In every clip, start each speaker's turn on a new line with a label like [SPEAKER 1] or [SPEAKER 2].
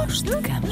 [SPEAKER 1] Voz de Cama.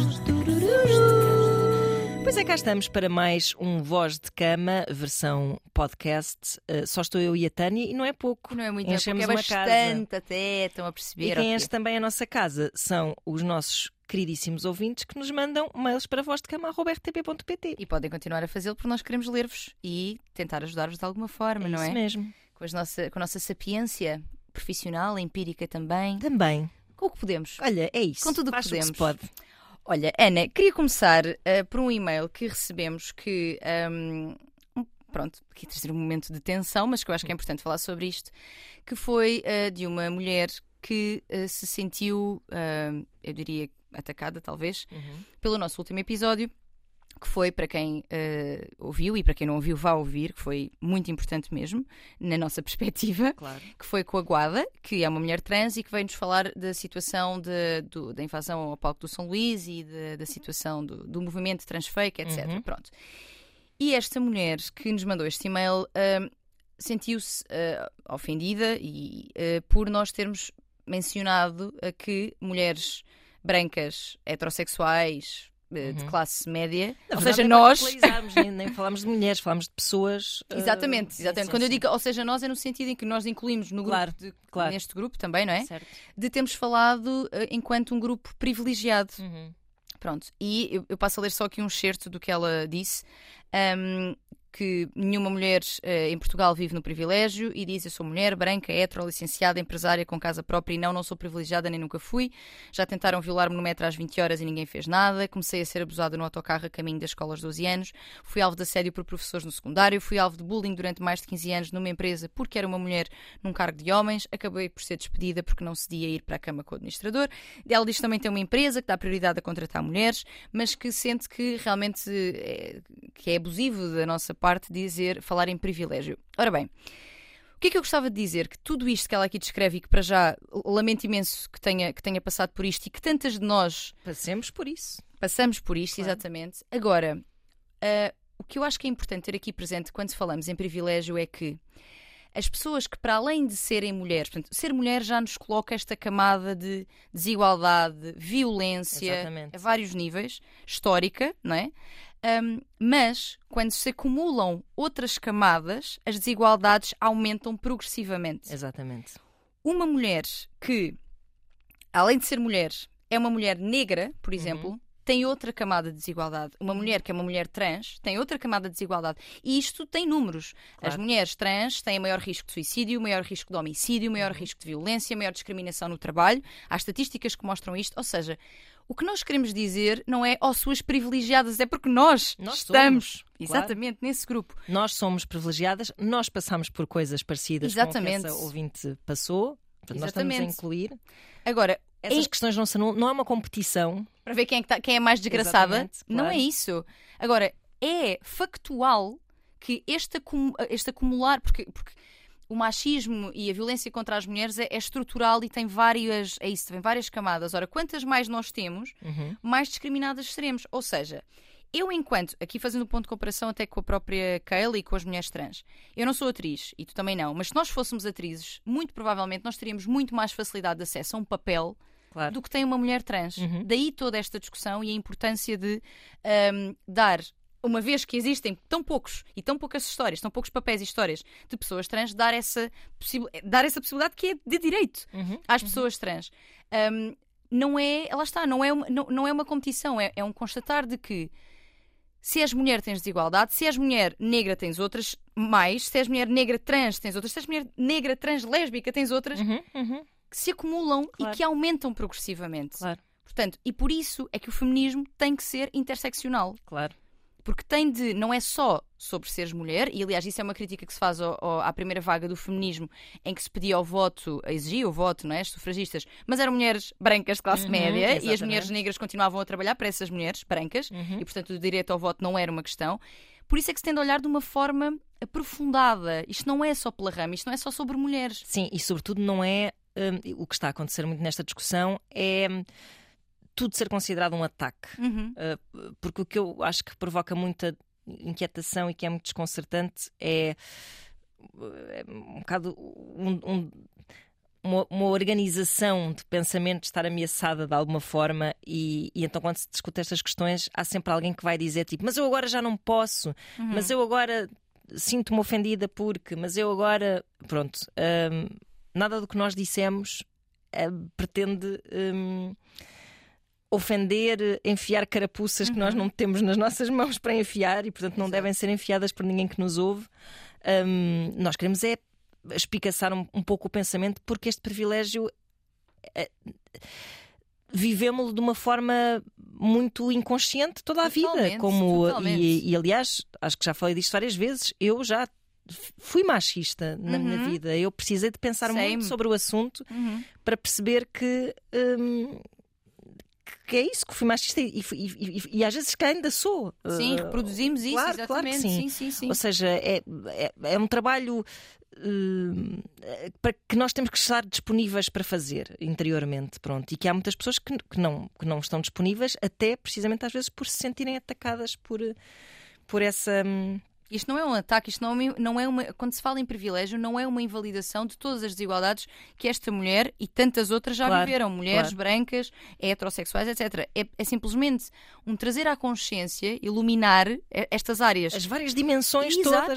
[SPEAKER 1] Pois é, cá estamos para mais um Voz de Cama, versão podcast. Só estou eu e a Tânia e não é pouco.
[SPEAKER 2] Não é muito,
[SPEAKER 1] Enchemos
[SPEAKER 2] é
[SPEAKER 1] uma
[SPEAKER 2] bastante
[SPEAKER 1] casa.
[SPEAKER 2] até, estão a perceber.
[SPEAKER 1] E quem enche também a nossa casa são os nossos queridíssimos ouvintes que nos mandam mails para vozdecama@rtp.pt.
[SPEAKER 2] E podem continuar a fazê-lo porque nós queremos ler-vos e tentar ajudar-vos de alguma forma, não é?
[SPEAKER 1] Isso mesmo.
[SPEAKER 2] Com a nossa sapiência profissional, empírica também.
[SPEAKER 1] Também.
[SPEAKER 2] Com o que podemos.
[SPEAKER 1] Olha, é isso.
[SPEAKER 2] Com tudo o que
[SPEAKER 1] Faz
[SPEAKER 2] podemos.
[SPEAKER 1] se pode.
[SPEAKER 2] Olha, Ana, queria começar por um e-mail que recebemos que, pronto, aqui trazer um momento de tensão, mas que eu acho que é importante falar sobre isto, que foi de uma mulher que se sentiu, eu diria, atacada, talvez, pelo nosso último episódio, que foi, para quem ouviu e para quem não ouviu, vá ouvir, que foi muito importante mesmo, na nossa perspectiva,
[SPEAKER 1] Claro.
[SPEAKER 2] que foi com a Guada, que é uma mulher trans e que veio-nos falar da situação da invasão ao palco do São Luís e da situação do movimento transfake, etc. Pronto. E esta mulher que nos mandou este e-mail sentiu-se ofendida por nós termos mencionado que mulheres brancas, heterossexuais, de classe média,
[SPEAKER 1] Na
[SPEAKER 2] ou
[SPEAKER 1] verdade,
[SPEAKER 2] seja,
[SPEAKER 1] é
[SPEAKER 2] nós...
[SPEAKER 1] nem falamos de mulheres, falamos de pessoas...
[SPEAKER 2] Exatamente.
[SPEAKER 1] Sim,
[SPEAKER 2] Quando eu
[SPEAKER 1] sim.
[SPEAKER 2] digo, ou seja, nós é no sentido em que nós incluímos no grupo,
[SPEAKER 1] Claro.
[SPEAKER 2] neste grupo também, não é?
[SPEAKER 1] Certo.
[SPEAKER 2] De termos falado enquanto um grupo privilegiado. Pronto. E eu passo a ler só aqui um excerto do que ela disse. Que nenhuma mulher em Portugal vive no privilégio e diz: eu sou mulher, branca, hetero, licenciada, empresária, com casa própria e não sou privilegiada nem nunca fui. Já tentaram violar-me no metro às 20 horas e ninguém fez nada. Comecei a ser abusada no autocarro a caminho das escolas aos 12 anos. Fui alvo de assédio por professores no secundário. Fui alvo de bullying durante mais de 15 anos numa empresa porque era uma mulher num cargo de homens. Acabei por ser despedida porque não cedia ir para a cama com o administrador. Ela diz que também tem uma empresa que dá prioridade a contratar mulheres, mas que sente que realmente que é abusivo da nossa parte falar em privilégio. Ora bem, o que é que eu gostava de dizer? Que tudo isto que ela aqui descreve e que para já lamento imenso que tenha passado por isto e que tantas de nós
[SPEAKER 1] Passemos por isso.
[SPEAKER 2] passamos por isto,
[SPEAKER 1] Claro.
[SPEAKER 2] exatamente. Agora, o que eu acho que é importante ter aqui presente quando falamos em privilégio é que as pessoas que, para além de serem mulheres, portanto, ser mulher já nos coloca esta camada de desigualdade, violência,
[SPEAKER 1] Exatamente.
[SPEAKER 2] a vários níveis, histórica, não é? Mas, quando se acumulam outras camadas, as desigualdades aumentam progressivamente.
[SPEAKER 1] Exatamente.
[SPEAKER 2] Uma mulher que, além de ser mulher, é uma mulher negra, por exemplo, tem outra camada de desigualdade. Uma mulher que é uma mulher trans tem outra camada de desigualdade. E isto tem números.
[SPEAKER 1] Claro.
[SPEAKER 2] As mulheres trans têm maior risco de suicídio, maior risco de homicídio, maior risco de violência, maior discriminação no trabalho. Há estatísticas que mostram isto. Ou seja, o que nós queremos dizer não é suas privilegiadas, é porque nós estamos
[SPEAKER 1] somos,
[SPEAKER 2] exatamente nesse grupo.
[SPEAKER 1] Nós somos privilegiadas, nós passamos por coisas parecidas com o que
[SPEAKER 2] Exatamente.
[SPEAKER 1] essa ouvinte passou. Portanto, nós estamos a
[SPEAKER 2] Exatamente.
[SPEAKER 1] incluir.
[SPEAKER 2] Agora,
[SPEAKER 1] Essas questões não é uma competição.
[SPEAKER 2] para ver quem é mais desgraçada,
[SPEAKER 1] Exatamente,
[SPEAKER 2] não
[SPEAKER 1] claro.
[SPEAKER 2] é isso. Agora, é factual que este acumular, porque o machismo e a violência contra as mulheres é estrutural e tem várias camadas. Ora, quantas mais nós temos, mais discriminadas seremos. Ou seja, eu aqui fazendo um ponto de comparação até com a própria Kayla e com as mulheres trans, eu não sou atriz e tu também não, mas se nós fôssemos atrizes, muito provavelmente nós teríamos muito mais facilidade de acesso a um papel
[SPEAKER 1] Claro.
[SPEAKER 2] do que tem uma mulher trans. Daí toda esta discussão e a importância de dar, uma vez que existem tão poucas histórias, tão poucos papéis e histórias de pessoas trans, dar essa possibilidade que é de direito às pessoas trans. Não é, lá está, não é uma competição, é um constatar de que se és mulher tens desigualdade, se és mulher negra tens outras mais, se és mulher negra trans tens outras, se és mulher negra trans lésbica tens outras, que se acumulam
[SPEAKER 1] Claro.
[SPEAKER 2] e que aumentam progressivamente.
[SPEAKER 1] Claro.
[SPEAKER 2] Portanto, e por isso é que o feminismo tem que ser interseccional.
[SPEAKER 1] Claro.
[SPEAKER 2] Porque não é só sobre seres mulher, e aliás isso é uma crítica que se faz à primeira vaga do feminismo, em que se pedia o voto, exigia o voto, não é? As sufragistas, mas eram mulheres brancas de classe média, e as
[SPEAKER 1] exatamente.
[SPEAKER 2] mulheres negras continuavam a trabalhar para essas mulheres brancas, e portanto o direito ao voto não era uma questão. Por isso é que se tende a olhar de uma forma aprofundada. Isto não é só pela rama, isto não é só sobre mulheres.
[SPEAKER 1] Sim, e sobretudo não é... o que está a acontecer muito nesta discussão é tudo ser considerado um ataque. Porque o que eu acho que provoca muita inquietação e que é muito desconcertante é um bocado uma organização de pensamento estar ameaçada de alguma forma e então quando se discute estas questões há sempre alguém que vai dizer tipo, mas eu agora já não posso, mas eu agora sinto-me ofendida porque, mas eu agora... Pronto, nada do que nós dissemos pretende ofender, enfiar carapuças que nós não temos nas nossas mãos para enfiar e portanto não devem ser enfiadas por ninguém que nos ouve. Nós queremos espicaçar um pouco o pensamento, porque este privilégio vivemos-lo de uma forma muito inconsciente toda a vida. E aliás, acho que já falei disto várias vezes, eu já fui machista na minha vida. Eu precisei de pensar muito sobre o assunto para perceber que é isso, que fui machista e às vezes que ainda sou.
[SPEAKER 2] Sim, reproduzimos isso,
[SPEAKER 1] claro,
[SPEAKER 2] exatamente.
[SPEAKER 1] Claro que
[SPEAKER 2] sim.
[SPEAKER 1] Ou seja, é um trabalho para que nós temos que estar disponíveis para fazer interiormente, pronto. E que há muitas pessoas que não estão disponíveis, até precisamente às vezes por se sentirem atacadas por essa...
[SPEAKER 2] Isto não é um ataque, isto não é uma. Quando se fala em privilégio, não é uma invalidação de todas as desigualdades que esta mulher e tantas outras já viveram. Mulheres brancas, heterossexuais, etc. É simplesmente um trazer à consciência, iluminar estas áreas.
[SPEAKER 1] As várias dimensões todas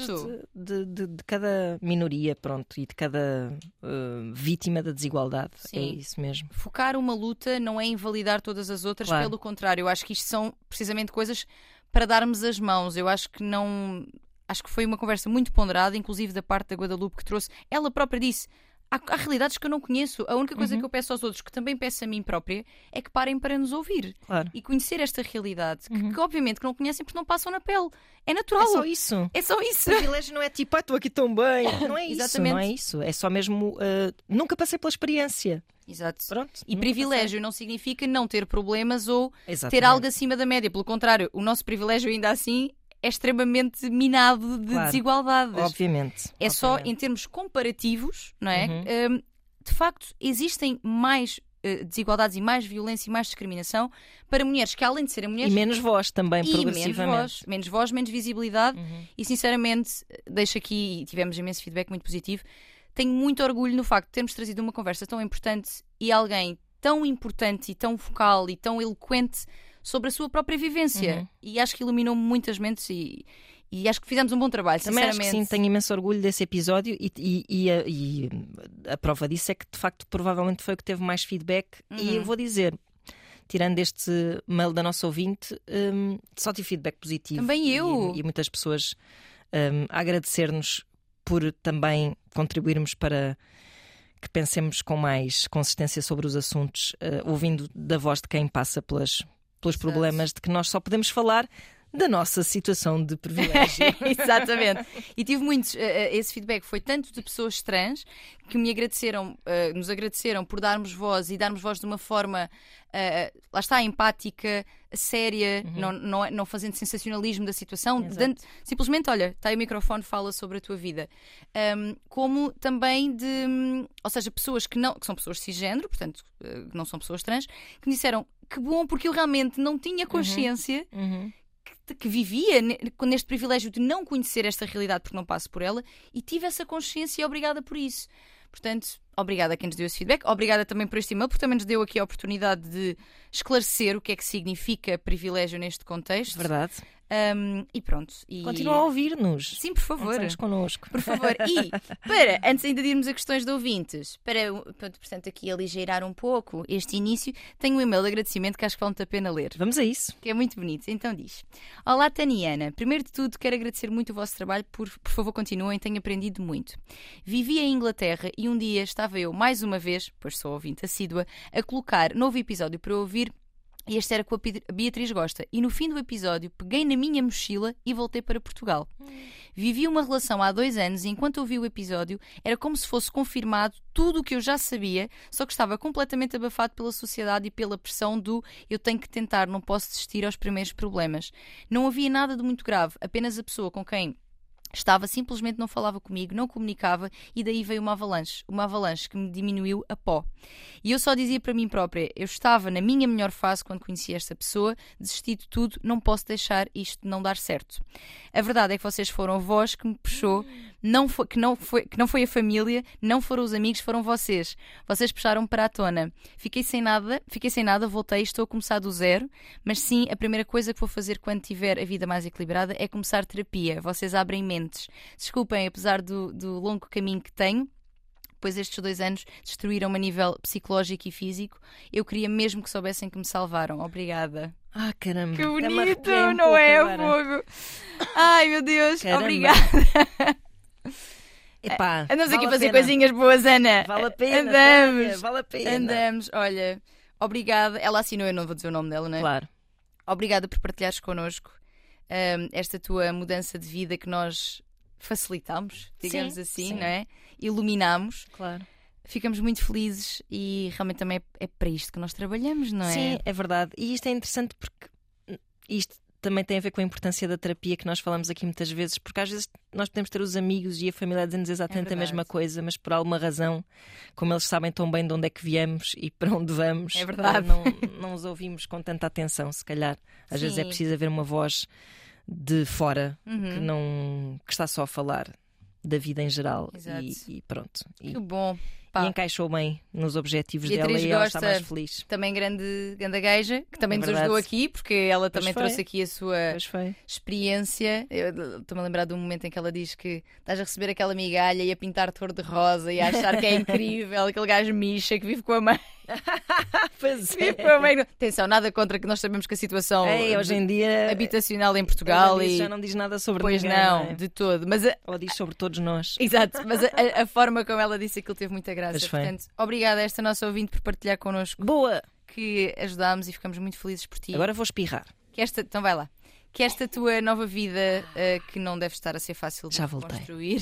[SPEAKER 1] de cada minoria, pronto, e de cada vítima da desigualdade. Sim. É isso mesmo.
[SPEAKER 2] Focar uma luta não é invalidar todas as outras, pelo contrário. Eu acho que isto são precisamente coisas para darmos as mãos. Eu acho que não... Acho que foi uma conversa muito ponderada, inclusive da parte da Guadalupe, que trouxe... Ela própria disse, há realidades que eu não conheço. A única coisa que eu peço aos outros, que também peço a mim própria, é que parem para nos ouvir.
[SPEAKER 1] Claro.
[SPEAKER 2] E conhecer esta realidade, que obviamente que não conhecem porque não passam na pele. É natural.
[SPEAKER 1] É só isso.
[SPEAKER 2] É só isso.
[SPEAKER 1] O privilégio não é tipo, estou aqui tão bem. Não é isso.
[SPEAKER 2] Exatamente.
[SPEAKER 1] Não é isso. É só mesmo... nunca passei pela experiência.
[SPEAKER 2] Exato.
[SPEAKER 1] Pronto,
[SPEAKER 2] e privilégio não significa não ter problemas ou
[SPEAKER 1] Exatamente.
[SPEAKER 2] ter algo acima da média. Pelo contrário, o nosso privilégio ainda assim é extremamente minado de desigualdades.
[SPEAKER 1] Obviamente.
[SPEAKER 2] É só em termos comparativos, não é? De facto, existem mais desigualdades e mais violência e mais discriminação para mulheres que, além de serem mulheres...
[SPEAKER 1] E menos voz também, progressivamente.
[SPEAKER 2] Menos voz, menos visibilidade. E sinceramente, deixo aqui, e tivemos imenso feedback muito positivo, tenho muito orgulho no facto de termos trazido uma conversa tão importante e alguém tão importante e tão focal e tão eloquente sobre a sua própria vivência. E acho que iluminou-me muitas mentes e acho que fizemos um bom trabalho,
[SPEAKER 1] também
[SPEAKER 2] sinceramente.
[SPEAKER 1] Acho que sim, tenho imenso orgulho desse episódio e a prova disso é que de facto provavelmente foi o que teve mais feedback. E eu vou dizer, tirando este mail da nossa ouvinte, só tive feedback positivo.
[SPEAKER 2] Também eu.
[SPEAKER 1] E muitas pessoas a agradecer-nos por também contribuirmos para que pensemos com mais consistência sobre os assuntos, ouvindo da voz de quem passa pelos problemas, de que nós só podemos falar da nossa situação de privilégio.
[SPEAKER 2] Exatamente. E tive muitos. Esse feedback foi tanto de pessoas trans que nos agradeceram por darmos voz e darmos voz de uma forma, lá está, empática, séria, não fazendo sensacionalismo da situação, simplesmente, olha, está aí o microfone, fala sobre a tua vida. Como também ou seja, pessoas que são pessoas cisgênero, portanto, que não são pessoas trans, que me disseram que bom, porque eu realmente não tinha consciência que vivia neste privilégio de não conhecer esta realidade porque não passo por ela, e tive essa consciência e obrigada por isso. Portanto, obrigada a quem nos deu esse feedback, obrigada também por este e-mail, porque também nos deu aqui a oportunidade de esclarecer o que é que significa privilégio neste contexto.
[SPEAKER 1] Verdade.
[SPEAKER 2] E pronto.
[SPEAKER 1] Continua a ouvir-nos.
[SPEAKER 2] Sim, por favor.
[SPEAKER 1] Estamos connosco.
[SPEAKER 2] Por favor. E, antes ainda de irmos a questões de ouvintes, portanto, aqui aligeirar um pouco este início, tenho um e-mail de agradecimento que acho que vale muito a pena ler.
[SPEAKER 1] Vamos a isso.
[SPEAKER 2] Que é muito bonito. Então diz: Olá, Taniana. Primeiro de tudo, quero agradecer muito o vosso trabalho. Por favor, continuem. Tenho aprendido muito. Vivi em Inglaterra e um dia estava eu, mais uma vez, pois sou ouvinte assídua, a colocar novo episódio para ouvir. E este era com a Beatriz Gosta. E no fim do episódio peguei na minha mochila e voltei para Portugal. Vivi uma relação há 2 anos e enquanto ouvi o episódio era como se fosse confirmado tudo o que eu já sabia, só que estava completamente abafado pela sociedade e pela pressão do eu tenho que tentar, não posso desistir aos primeiros problemas. Não havia nada de muito grave, apenas a pessoa com quem estava simplesmente não falava comigo, não comunicava e daí veio uma avalanche que me diminuiu a pó. E eu só dizia para mim própria, eu estava na minha melhor fase quando conheci esta pessoa, desisti de tudo, não posso deixar isto não dar certo. A verdade é que vocês foram a voz que me puxou que não foi a família, não foram os amigos, foram vocês. Vocês puxaram para a tona. Fiquei sem nada, voltei, estou a começar do zero, mas sim, a primeira coisa que vou fazer quando tiver a vida mais equilibrada é começar terapia. Vocês abrem mentes. Desculpem, apesar do longo caminho que tenho, pois estes 2 anos destruíram-me a nível psicológico e físico. Eu queria mesmo que soubessem que me salvaram. Obrigada.
[SPEAKER 1] Ah, caramba.
[SPEAKER 2] Que bonito, não é, Fogo? Ai, meu Deus,
[SPEAKER 1] caramba.
[SPEAKER 2] Obrigada.
[SPEAKER 1] Epá,
[SPEAKER 2] andamos aqui a fazer coisinhas boas, Ana.
[SPEAKER 1] Vale a pena.
[SPEAKER 2] Andamos.
[SPEAKER 1] Tânia, vale a pena.
[SPEAKER 2] Andamos, olha, obrigada. Ela assinou, eu não vou dizer o nome dela, não é?
[SPEAKER 1] Claro.
[SPEAKER 2] Obrigada por partilhares connosco esta tua mudança de vida que nós facilitamos, digamos
[SPEAKER 1] sim,
[SPEAKER 2] assim,
[SPEAKER 1] sim.
[SPEAKER 2] não é? Iluminamos.
[SPEAKER 1] Claro.
[SPEAKER 2] Ficamos muito felizes e realmente também é para isto que nós trabalhamos, não é?
[SPEAKER 1] Sim, é verdade. E isto é interessante porque isto também tem a ver com a importância da terapia que nós falamos aqui muitas vezes, porque às vezes nós podemos ter os amigos e a família a dizer-nos exatamente a mesma coisa, mas por alguma razão, como eles sabem tão bem de onde é que viemos e para onde vamos,
[SPEAKER 2] é verdade.
[SPEAKER 1] Não os ouvimos com tanta atenção, se calhar. Às
[SPEAKER 2] Sim.
[SPEAKER 1] vezes é preciso haver uma voz de fora que está só a falar da vida em geral. E pronto.
[SPEAKER 2] Que bom.
[SPEAKER 1] E encaixou bem nos objetivos
[SPEAKER 2] Beatriz
[SPEAKER 1] dela e ela
[SPEAKER 2] gosta,
[SPEAKER 1] está mais feliz.
[SPEAKER 2] Também grande gaja, que também nos ajudou aqui, porque ela também trouxe aqui a sua experiência. Eu estou-me a lembrar de um momento em que ela diz que estás a receber aquela migalha e a pintar de cor de rosa e a achar que é incrível, aquele gajo micha que vive com a mãe.
[SPEAKER 1] Pois
[SPEAKER 2] é. Com a mãe. Atenção, nada contra, que nós sabemos que a situação
[SPEAKER 1] hoje em dia
[SPEAKER 2] habitacional em Portugal
[SPEAKER 1] já não diz nada sobre
[SPEAKER 2] pois
[SPEAKER 1] ninguém,
[SPEAKER 2] não,
[SPEAKER 1] não é?
[SPEAKER 2] de todo. Mas
[SPEAKER 1] ou diz sobre todos nós.
[SPEAKER 2] Exato, mas a forma como ela disse aquilo teve muita graça. Portanto, obrigada a esta nossa ouvinte por partilhar connosco.
[SPEAKER 1] Boa!
[SPEAKER 2] Que ajudámos e ficamos muito felizes por ti.
[SPEAKER 1] Agora vou espirrar.
[SPEAKER 2] Então vai lá. Que esta tua nova vida, que não deve estar a ser fácil de construir,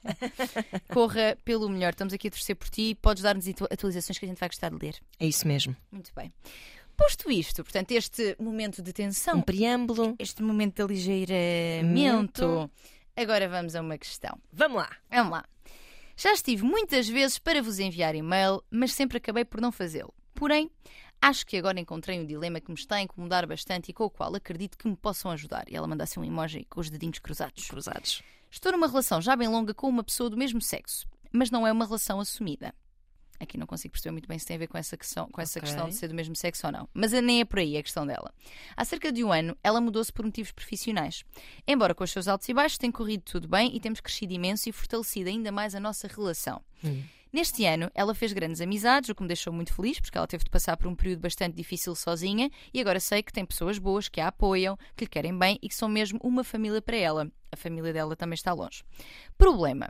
[SPEAKER 2] corra pelo melhor. Estamos aqui a torcer por ti. Podes dar-nos atualizações que a gente vai gostar de ler.
[SPEAKER 1] É isso mesmo.
[SPEAKER 2] Muito bem. Posto isto, portanto, este momento de tensão,
[SPEAKER 1] um preâmbulo,
[SPEAKER 2] este momento de aligeiramento, agora vamos a uma questão.
[SPEAKER 1] Vamos lá.
[SPEAKER 2] Já estive muitas vezes para vos enviar e-mail, mas sempre acabei por não fazê-lo. Porém, acho que agora encontrei um dilema que me está a incomodar bastante e com o qual acredito que me possam ajudar. E ela manda-se um emoji com os dedinhos cruzados. Estou numa relação já bem longa com uma pessoa do mesmo sexo, mas não é uma relação assumida. Aqui não consigo perceber muito bem se tem a ver com essa questão de ser do mesmo sexo ou não. Mas nem é por aí a questão dela. Há cerca de 1 ano, ela mudou-se por motivos profissionais. Embora com os seus altos e baixos, tem corrido tudo bem e temos crescido imenso e fortalecido ainda mais a nossa relação. Neste ano, ela fez grandes amizades, o que me deixou muito feliz, porque ela teve de passar por um período bastante difícil sozinha e agora sei que tem pessoas boas que a apoiam, que lhe querem bem e que são mesmo uma família para ela. A família dela também está longe. Problema.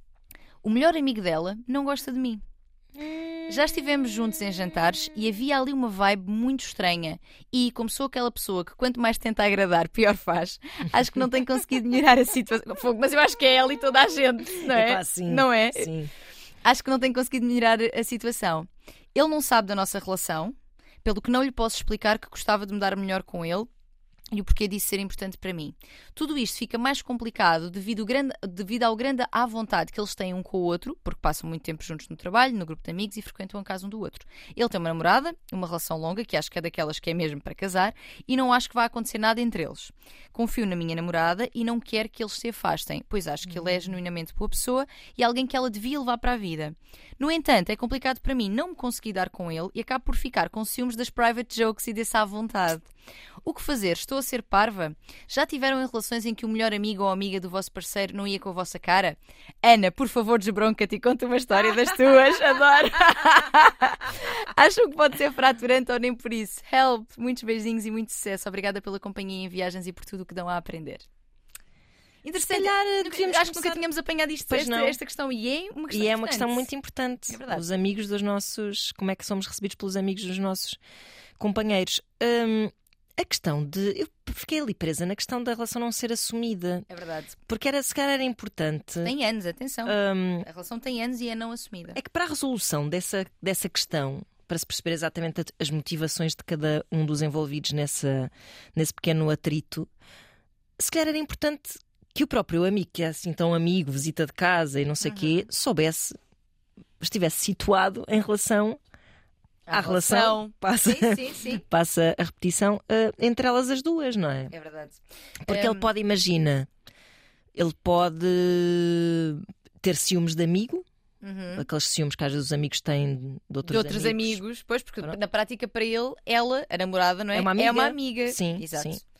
[SPEAKER 2] O melhor amigo dela não gosta de mim. Já estivemos juntos em jantares e havia ali uma vibe muito estranha e, como sou aquela pessoa que quanto mais tenta agradar, pior faz, acho que não tem conseguido melhorar a situação. Mas eu acho que é ela e toda a gente, não é?
[SPEAKER 1] Epá, sim,
[SPEAKER 2] não é?
[SPEAKER 1] Sim.
[SPEAKER 2] Acho que não tem conseguido melhorar a situação. Ele não sabe da nossa relação, pelo que não lhe posso explicar que gostava de me dar melhor com ele e o porquê disso ser importante para mim. Tudo isto fica mais complicado devido ao grande à vontade que eles têm um com o outro, porque passam muito tempo juntos no trabalho, no grupo de amigos e frequentam a casa um do outro. Ele tem uma namorada, uma relação longa, que acho que é daquelas que é mesmo para casar, e não acho que vai acontecer nada entre eles. Confio na minha namorada e não quero que eles se afastem, pois acho que ele é genuinamente boa pessoa e alguém que ela devia levar para a vida. No entanto, é complicado para mim não me conseguir dar com ele e acabo por ficar com ciúmes das private jokes e desse à vontade. O que fazer? Estou a ser parva? Já tiveram em relações em que o melhor amigo ou amiga do vosso parceiro não ia com a vossa cara? Ana, por favor, desbronca-te e conta uma história das tuas. Adoro! Acham que pode ser fraturante ou nem por isso? Help! Muitos beijinhos e muito sucesso. Obrigada pela companhia em viagens e por tudo o que dão a aprender. Interessante. Acho que nunca tínhamos apanhado esta questão e é uma questão
[SPEAKER 1] muito importante.
[SPEAKER 2] É verdade.
[SPEAKER 1] Os amigos dos nossos... Como é que somos recebidos pelos amigos dos nossos companheiros? A questão de... Eu fiquei ali presa na questão da relação não ser assumida.
[SPEAKER 2] É verdade.
[SPEAKER 1] Porque se calhar era importante...
[SPEAKER 2] Tem anos, atenção. A relação tem anos e é não assumida.
[SPEAKER 1] É que para a resolução dessa questão, para se perceber exatamente as motivações de cada um dos envolvidos nesse pequeno atrito, se calhar era importante que o próprio amigo, que é assim tão amigo, visita de casa e não sei o quê, estivesse situado em relação... A relação passa,
[SPEAKER 2] sim.
[SPEAKER 1] passa a repetição entre elas as duas, não é?
[SPEAKER 2] É verdade.
[SPEAKER 1] Porque ele pode, imagina, Ele pode ter ciúmes de amigo, aqueles ciúmes que às vezes os amigos têm de outros
[SPEAKER 2] amigos. Pois, porque na prática para ele, ela, a namorada, não é? É uma amiga.
[SPEAKER 1] Sim,
[SPEAKER 2] exato.
[SPEAKER 1] Sim.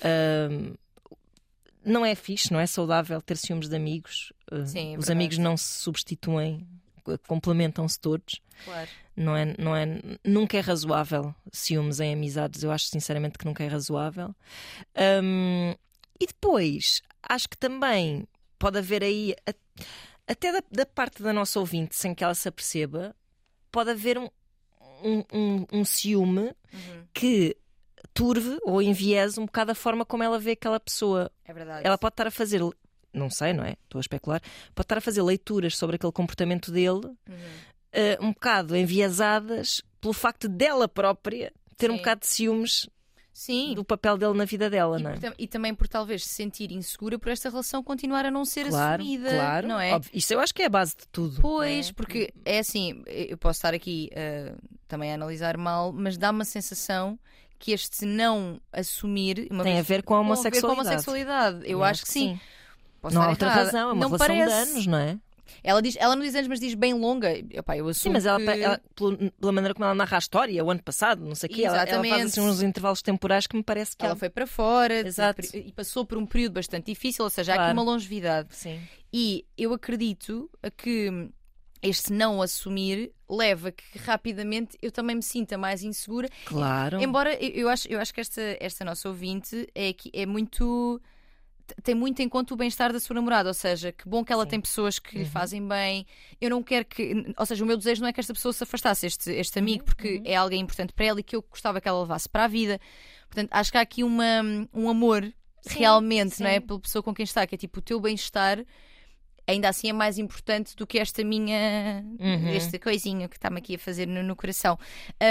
[SPEAKER 1] Não é fixe, não é saudável ter ciúmes de amigos.
[SPEAKER 2] Sim, é
[SPEAKER 1] os
[SPEAKER 2] verdade.
[SPEAKER 1] amigos não se substituem, complementam-se todos.
[SPEAKER 2] Claro.
[SPEAKER 1] Nunca é razoável ciúmes em amizades. Eu acho sinceramente que nunca é razoável. E depois, acho que também pode haver aí, até da parte da nossa ouvinte, sem que ela se aperceba, pode haver um ciúme que turve ou enviese um bocado a forma como ela vê aquela pessoa.
[SPEAKER 2] É verdade.
[SPEAKER 1] Ela pode estar a fazer, não sei, não é? Estou a especular, pode estar a fazer leituras sobre aquele comportamento dele, um bocado enviesadas pelo facto dela própria ter um bocado de ciúmes do papel dele na vida dela, não é?
[SPEAKER 2] E também por talvez se sentir insegura por esta relação continuar a não ser assumida.
[SPEAKER 1] Claro,
[SPEAKER 2] não é?
[SPEAKER 1] Óbvio. Isso eu acho que é a base de tudo.
[SPEAKER 2] Pois, porque é assim, eu posso estar aqui também a analisar mal, mas dá uma sensação que este não assumir
[SPEAKER 1] tem a ver com a homossexualidade.
[SPEAKER 2] Eu acho que sim.
[SPEAKER 1] Não há outra razão, é uma relação de anos, não é?
[SPEAKER 2] Ela não diz anos, mas diz bem longa. Epá, eu assumo
[SPEAKER 1] sim, mas ela, pela maneira como ela narra a história, o ano passado, não sei o quê, ela faz assim uns intervalos temporais que me parece que
[SPEAKER 2] ela foi para fora.
[SPEAKER 1] Exato.
[SPEAKER 2] E passou por um período bastante difícil, ou seja, há aqui uma longevidade.
[SPEAKER 1] Sim.
[SPEAKER 2] E eu acredito que este não assumir leva que rapidamente eu também me sinta mais insegura.
[SPEAKER 1] Claro.
[SPEAKER 2] Embora eu acho que esta nossa ouvinte é muito... tem muito em conta o bem-estar da sua namorada, ou seja, que bom que ela tem pessoas que lhe fazem bem. Eu não quero que... Ou seja, o meu desejo não é que esta pessoa se afastasse, este amigo, porque é alguém importante para ela e que eu gostava que ela levasse para a vida. Portanto, acho que há aqui um amor realmente, não é? Pela pessoa com quem está, que é tipo o teu bem-estar... Ainda assim é mais importante do que esta minha este coisinho que está-me aqui a fazer no coração.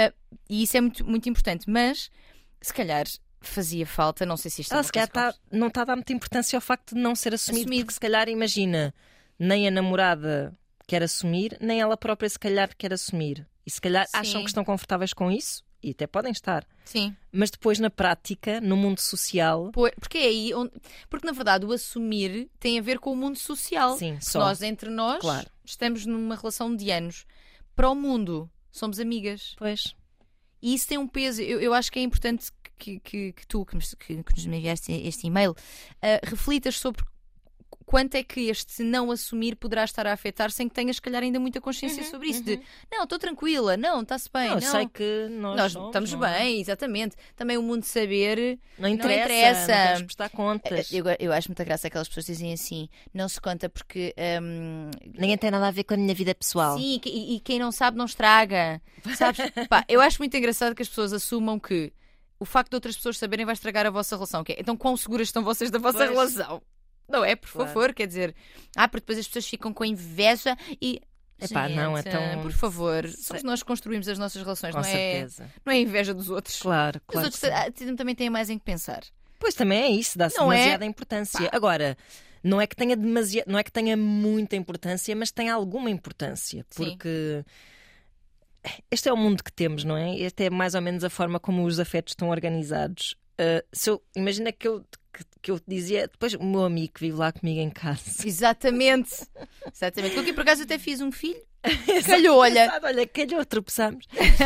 [SPEAKER 2] E isso é muito, muito importante. Mas, se calhar, fazia falta, não sei se isto
[SPEAKER 1] se calhar não está a dar muita importância ao facto de não ser assumido. Porque se calhar, imagina, nem a namorada quer assumir, nem ela própria se calhar quer assumir. E se calhar acham que estão confortáveis com isso. E até podem estar.
[SPEAKER 2] Sim.
[SPEAKER 1] Mas depois na prática, no mundo social...
[SPEAKER 2] Porque é aí porque na verdade o assumir tem a ver com o mundo social.
[SPEAKER 1] Sim,
[SPEAKER 2] nós entre nós estamos numa relação de anos. Para o mundo somos amigas.
[SPEAKER 1] Pois.
[SPEAKER 2] E isso tem um peso. Eu acho que é importante que tu que nos enviaste este e-mail reflitas sobre quanto é que este não assumir poderá estar a afetar sem que tenhas, se calhar, ainda muita consciência sobre isso. De, não, estou tranquila, não, está-se bem.
[SPEAKER 1] Não, sei que nós
[SPEAKER 2] estamos bem, exatamente. Também o mundo saber
[SPEAKER 1] não interessa. Não temos de prestar contas.
[SPEAKER 2] Eu acho muita graça aquelas pessoas que dizem assim, não se conta porque...
[SPEAKER 1] ninguém tem nada a ver com a minha vida pessoal.
[SPEAKER 2] Sim, e quem não sabe não estraga. Sabes? Pá, eu acho muito engraçado que as pessoas assumam que o facto de outras pessoas saberem vai estragar a vossa relação. Então, quão seguras estão vocês da vossa relação? Não é, por favor, quer dizer, porque depois as pessoas ficam com inveja e...
[SPEAKER 1] Epá, não é tão...
[SPEAKER 2] Por favor, somos nós que construímos as nossas relações,
[SPEAKER 1] com
[SPEAKER 2] não
[SPEAKER 1] certeza.
[SPEAKER 2] Não é a inveja dos outros.
[SPEAKER 1] Claro,
[SPEAKER 2] os outros também têm mais em que pensar.
[SPEAKER 1] Pois também é isso, dá-se demasiada importância. Agora, não é que tenha muita importância, mas tem alguma importância, porque... Este é o mundo que temos, não é? Esta é mais ou menos a forma como os afetos estão organizados. Imagina que eu dizia, depois o meu amigo que vive lá comigo em casa.
[SPEAKER 2] Exatamente. Eu aqui por acaso até fiz um filho. Calhou, olha,
[SPEAKER 1] calhou, tropeçamos.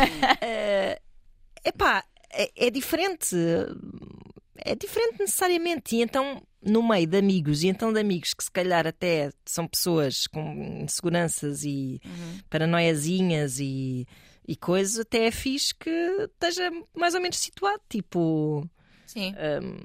[SPEAKER 1] É diferente. É diferente necessariamente. E então, no meio de amigos, que se calhar até são pessoas com inseguranças e paranoiazinhas e coisas, até é fixe que esteja mais ou menos situado. Tipo.
[SPEAKER 2] Sim.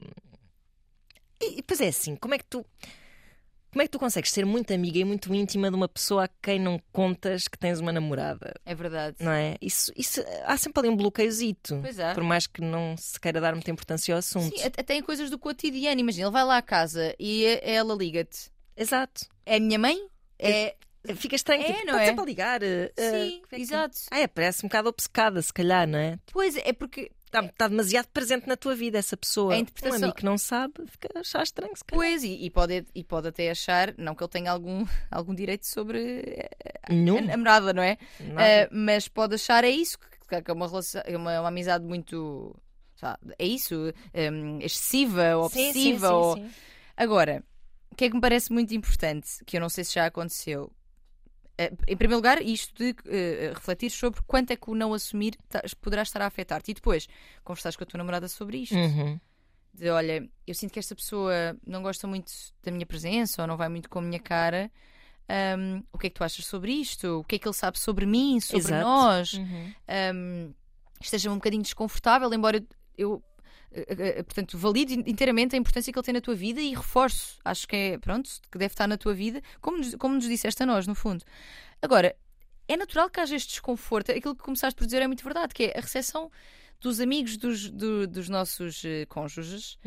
[SPEAKER 1] E depois é assim, como é que tu consegues ser muito amiga e muito íntima de uma pessoa a quem não contas que tens uma namorada?
[SPEAKER 2] É verdade.
[SPEAKER 1] Não é? Isso há sempre ali um bloqueiozito.
[SPEAKER 2] Pois é.
[SPEAKER 1] Por mais que não se queira dar muita importância ao assunto.
[SPEAKER 2] Sim, até em coisas do cotidiano. Imagina, ele vai lá à casa e ela liga-te.
[SPEAKER 1] Exato.
[SPEAKER 2] É a minha mãe?
[SPEAKER 1] Fica estranho,
[SPEAKER 2] não é?
[SPEAKER 1] Para ligar.
[SPEAKER 2] Sim, exato.
[SPEAKER 1] Parece um bocado obcecada, se calhar, não é?
[SPEAKER 2] Pois é, porque...
[SPEAKER 1] Está demasiado presente na tua vida essa pessoa.
[SPEAKER 2] A interpretação...
[SPEAKER 1] Um amigo que não sabe, fica a achar estranho, se calhar.
[SPEAKER 2] Pois, e pode até achar, não que ele tenha algum direito sobre a namorada, não é? Mas pode achar isso, que é uma relação, uma amizade muito... Sabe, é isso? Excessiva, obsessiva.
[SPEAKER 1] Sim.
[SPEAKER 2] Agora, que é que me parece muito importante, que eu não sei se já aconteceu. Em primeiro lugar, isto de refletir sobre quanto é que o não assumir poderá estar a afetar-te. E depois, conversares com a tua namorada sobre isto. De, olha, eu sinto que esta pessoa não gosta muito da minha presença ou não vai muito com a minha cara. O que é que tu achas sobre isto? O que é que ele sabe sobre mim, sobre nós? Esteja-me um bocadinho desconfortável, embora eu portanto, valido inteiramente a importância que ele tem na tua vida e reforço. Acho que é, pronto, que deve estar na tua vida, como nos disseste a nós, no fundo. Agora, é natural que haja este desconforto. Aquilo que começaste por dizer é muito verdade, que é a recepção dos amigos dos nossos cônjuges.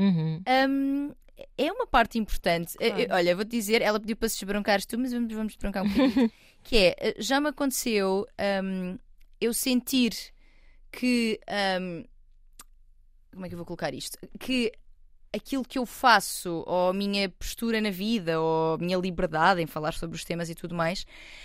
[SPEAKER 2] É uma parte importante.
[SPEAKER 1] Claro.
[SPEAKER 2] Olha, vou-te dizer, ela pediu para se esbrancares tu, mas vamos esbrancar um bocadinho. Que é, já me aconteceu eu sentir que... como é que eu vou colocar isto? Que aquilo que eu faço, ou a minha postura na vida, ou a minha liberdade em falar sobre os temas e tudo mais,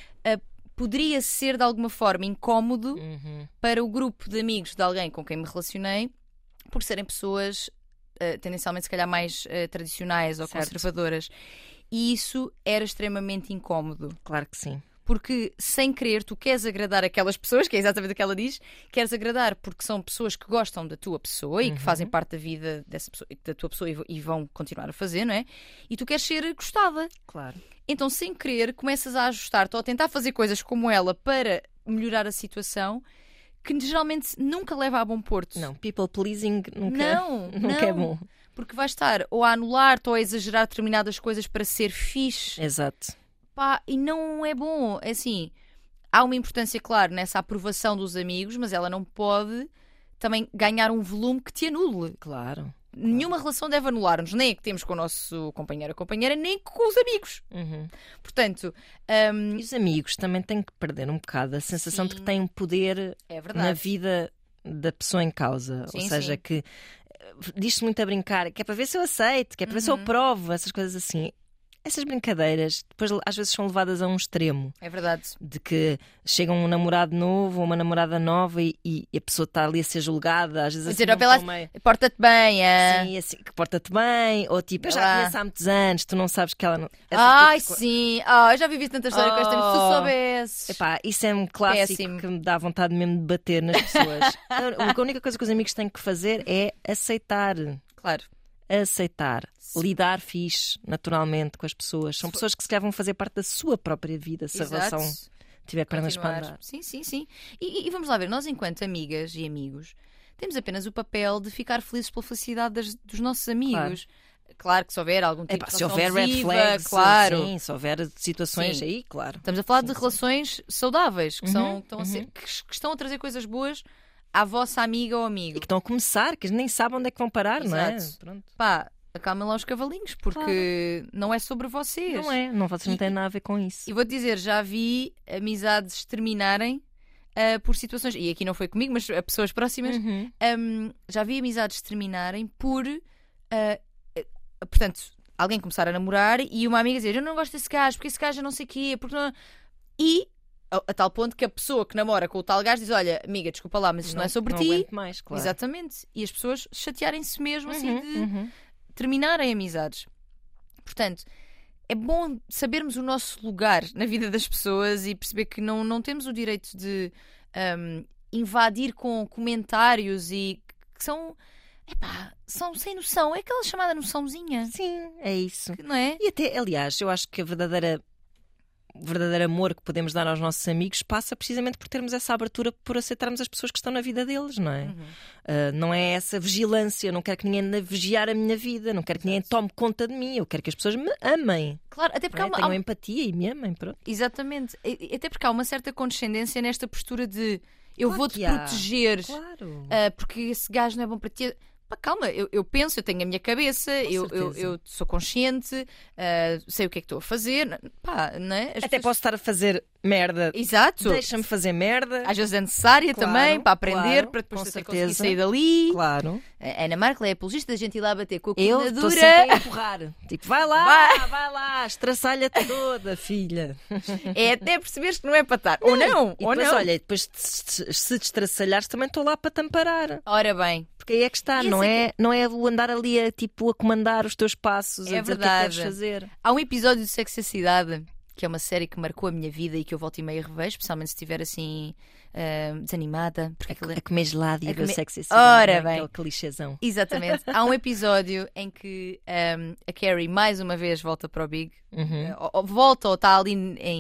[SPEAKER 2] poderia ser de alguma forma incómodo para o grupo de amigos de alguém com quem me relacionei, por serem pessoas tendencialmente se calhar mais tradicionais ou conservadoras. E isso era extremamente incómodo.
[SPEAKER 1] Claro que sim.
[SPEAKER 2] Porque, sem querer, tu queres agradar aquelas pessoas, que é exatamente o que ela diz, queres agradar porque são pessoas que gostam da tua pessoa e que fazem parte da vida dessa pessoa, da tua pessoa e vão continuar a fazer, não é? E tu queres ser gostada.
[SPEAKER 1] Claro.
[SPEAKER 2] Então, sem querer, começas a ajustar-te ou a tentar fazer coisas como ela para melhorar a situação, que geralmente nunca leva a bom porto.
[SPEAKER 1] Não, people pleasing nunca
[SPEAKER 2] não,
[SPEAKER 1] é bom.
[SPEAKER 2] Porque vais estar ou a anular-te ou a exagerar determinadas coisas para ser fixe.
[SPEAKER 1] Exato.
[SPEAKER 2] Pá, e não é bom. É assim, há uma importância, claro, nessa aprovação dos amigos, mas ela não pode também ganhar um volume que te anule.
[SPEAKER 1] Claro.
[SPEAKER 2] Nenhuma relação deve anular-nos, nem a que temos com o nosso companheiro ou companheira, nem com os amigos. Portanto,
[SPEAKER 1] e os amigos também têm que perder um bocado a sensação de que têm poder na vida da pessoa em causa. Ou seja, que diz-se muito a brincar, que é para ver se eu aceito, que é para ver se eu aprovo, essas coisas assim. Essas brincadeiras depois às vezes são levadas a um extremo.
[SPEAKER 2] É verdade.
[SPEAKER 1] De que chega um namorado novo ou uma namorada nova e a pessoa está ali a ser julgada. Às vezes assim,
[SPEAKER 2] porta-te bem.
[SPEAKER 1] Sim, assim, que porta-te bem. Ou tipo, eu já a conheço há muitos anos, tu não sabes que ela não...
[SPEAKER 2] Sim. Eu já vivi tanta história com esta, se tu soubesses.
[SPEAKER 1] Epá, isso é um clássico que me dá vontade mesmo de bater nas pessoas. A única coisa que os amigos têm que fazer é aceitar.
[SPEAKER 2] Claro.
[SPEAKER 1] Aceitar, lidar fixe, naturalmente, com as pessoas. São pessoas que se calhar vão fazer parte da sua própria vida, se a relação tiver pernas para andar.
[SPEAKER 2] Sim. E vamos lá ver, nós enquanto amigas e amigos temos apenas o papel de ficar felizes pela felicidade dos nossos amigos. Claro que se houver algum tipo de
[SPEAKER 1] se houver red flags,
[SPEAKER 2] claro.
[SPEAKER 1] Sim, se houver situações aí, claro.
[SPEAKER 2] Estamos a falar de relações saudáveis, que estão a trazer coisas boas à vossa amiga ou amigo.
[SPEAKER 1] E que estão a começar, que nem sabem onde é que vão parar, não é?
[SPEAKER 2] Pronto. Pá, acalmem lá os cavalinhos, porque não é sobre vocês.
[SPEAKER 1] Vocês não têm nada a ver com isso.
[SPEAKER 2] E vou-te dizer, já vi amizades terminarem por situações, e aqui não foi comigo, mas a pessoas próximas, já vi amizades terminarem por, portanto, alguém começar a namorar e uma amiga dizer, eu não gosto desse gajo, porque esse gajo não sei o quê, porque não... E... a tal ponto que a pessoa que namora com o tal gajo diz, olha, amiga, desculpa lá, mas isto não é sobre ti.
[SPEAKER 1] Não aguento mais, claro.
[SPEAKER 2] Exatamente. E as pessoas chatearem-se mesmo assim de terminarem amizades. Portanto, é bom sabermos o nosso lugar na vida das pessoas e perceber que não temos o direito de invadir com comentários e que são sem noção. É aquela chamada noçãozinha.
[SPEAKER 1] Sim, é isso.
[SPEAKER 2] Não é?
[SPEAKER 1] E até, aliás, eu acho que o verdadeiro amor que podemos dar aos nossos amigos passa precisamente por termos essa abertura, por aceitarmos as pessoas que estão na vida deles, não é? Não é essa vigilância, eu não quero que ninguém ande a vigiar a minha vida, não quero que ninguém tome conta de mim, eu quero que as pessoas me amem.
[SPEAKER 2] Claro, até porque
[SPEAKER 1] tenham empatia e me amem, pronto.
[SPEAKER 2] Exatamente, até porque há uma certa condescendência nesta postura de eu vou-te proteger, porque esse gajo não é bom para ti. Pá, calma, eu penso, eu tenho a minha cabeça, eu sou consciente, sei o que é que estou a fazer. Pá, não é?
[SPEAKER 1] Até posso estar a fazer merda.
[SPEAKER 2] Exato.
[SPEAKER 1] Deixa-me fazer merda.
[SPEAKER 2] Às vezes é necessária também para aprender, para depois você conseguir sair dali.
[SPEAKER 1] Claro.
[SPEAKER 2] A Ana Markle é apologista da gente ir lá bater com a
[SPEAKER 1] Eu
[SPEAKER 2] coordenadora.
[SPEAKER 1] estou sempre a empurrar. Tipo, vai lá, estraçalha-te toda, filha.
[SPEAKER 2] É até perceberes que não é para estar. Ou não,
[SPEAKER 1] e
[SPEAKER 2] ou
[SPEAKER 1] depois,
[SPEAKER 2] não.
[SPEAKER 1] olha, depois se te estraçalhares também estou lá para te amparar.
[SPEAKER 2] Ora bem.
[SPEAKER 1] Porque aí é que está, não é o andar ali a comandar os teus passos, a dizer o que é que deves fazer.
[SPEAKER 2] Há um episódio de Sexo e a Cidade, que é uma série que marcou a minha vida e que eu volto e meia revejo, especialmente se estiver assim desanimada. Porque
[SPEAKER 1] a comer gelado e a ver Sexo e a Cidade.
[SPEAKER 2] Ora bem.
[SPEAKER 1] Aquele clichêzão.
[SPEAKER 2] Exatamente. Há um episódio em que a Carrie mais uma vez volta para o Big. Volta ou está ali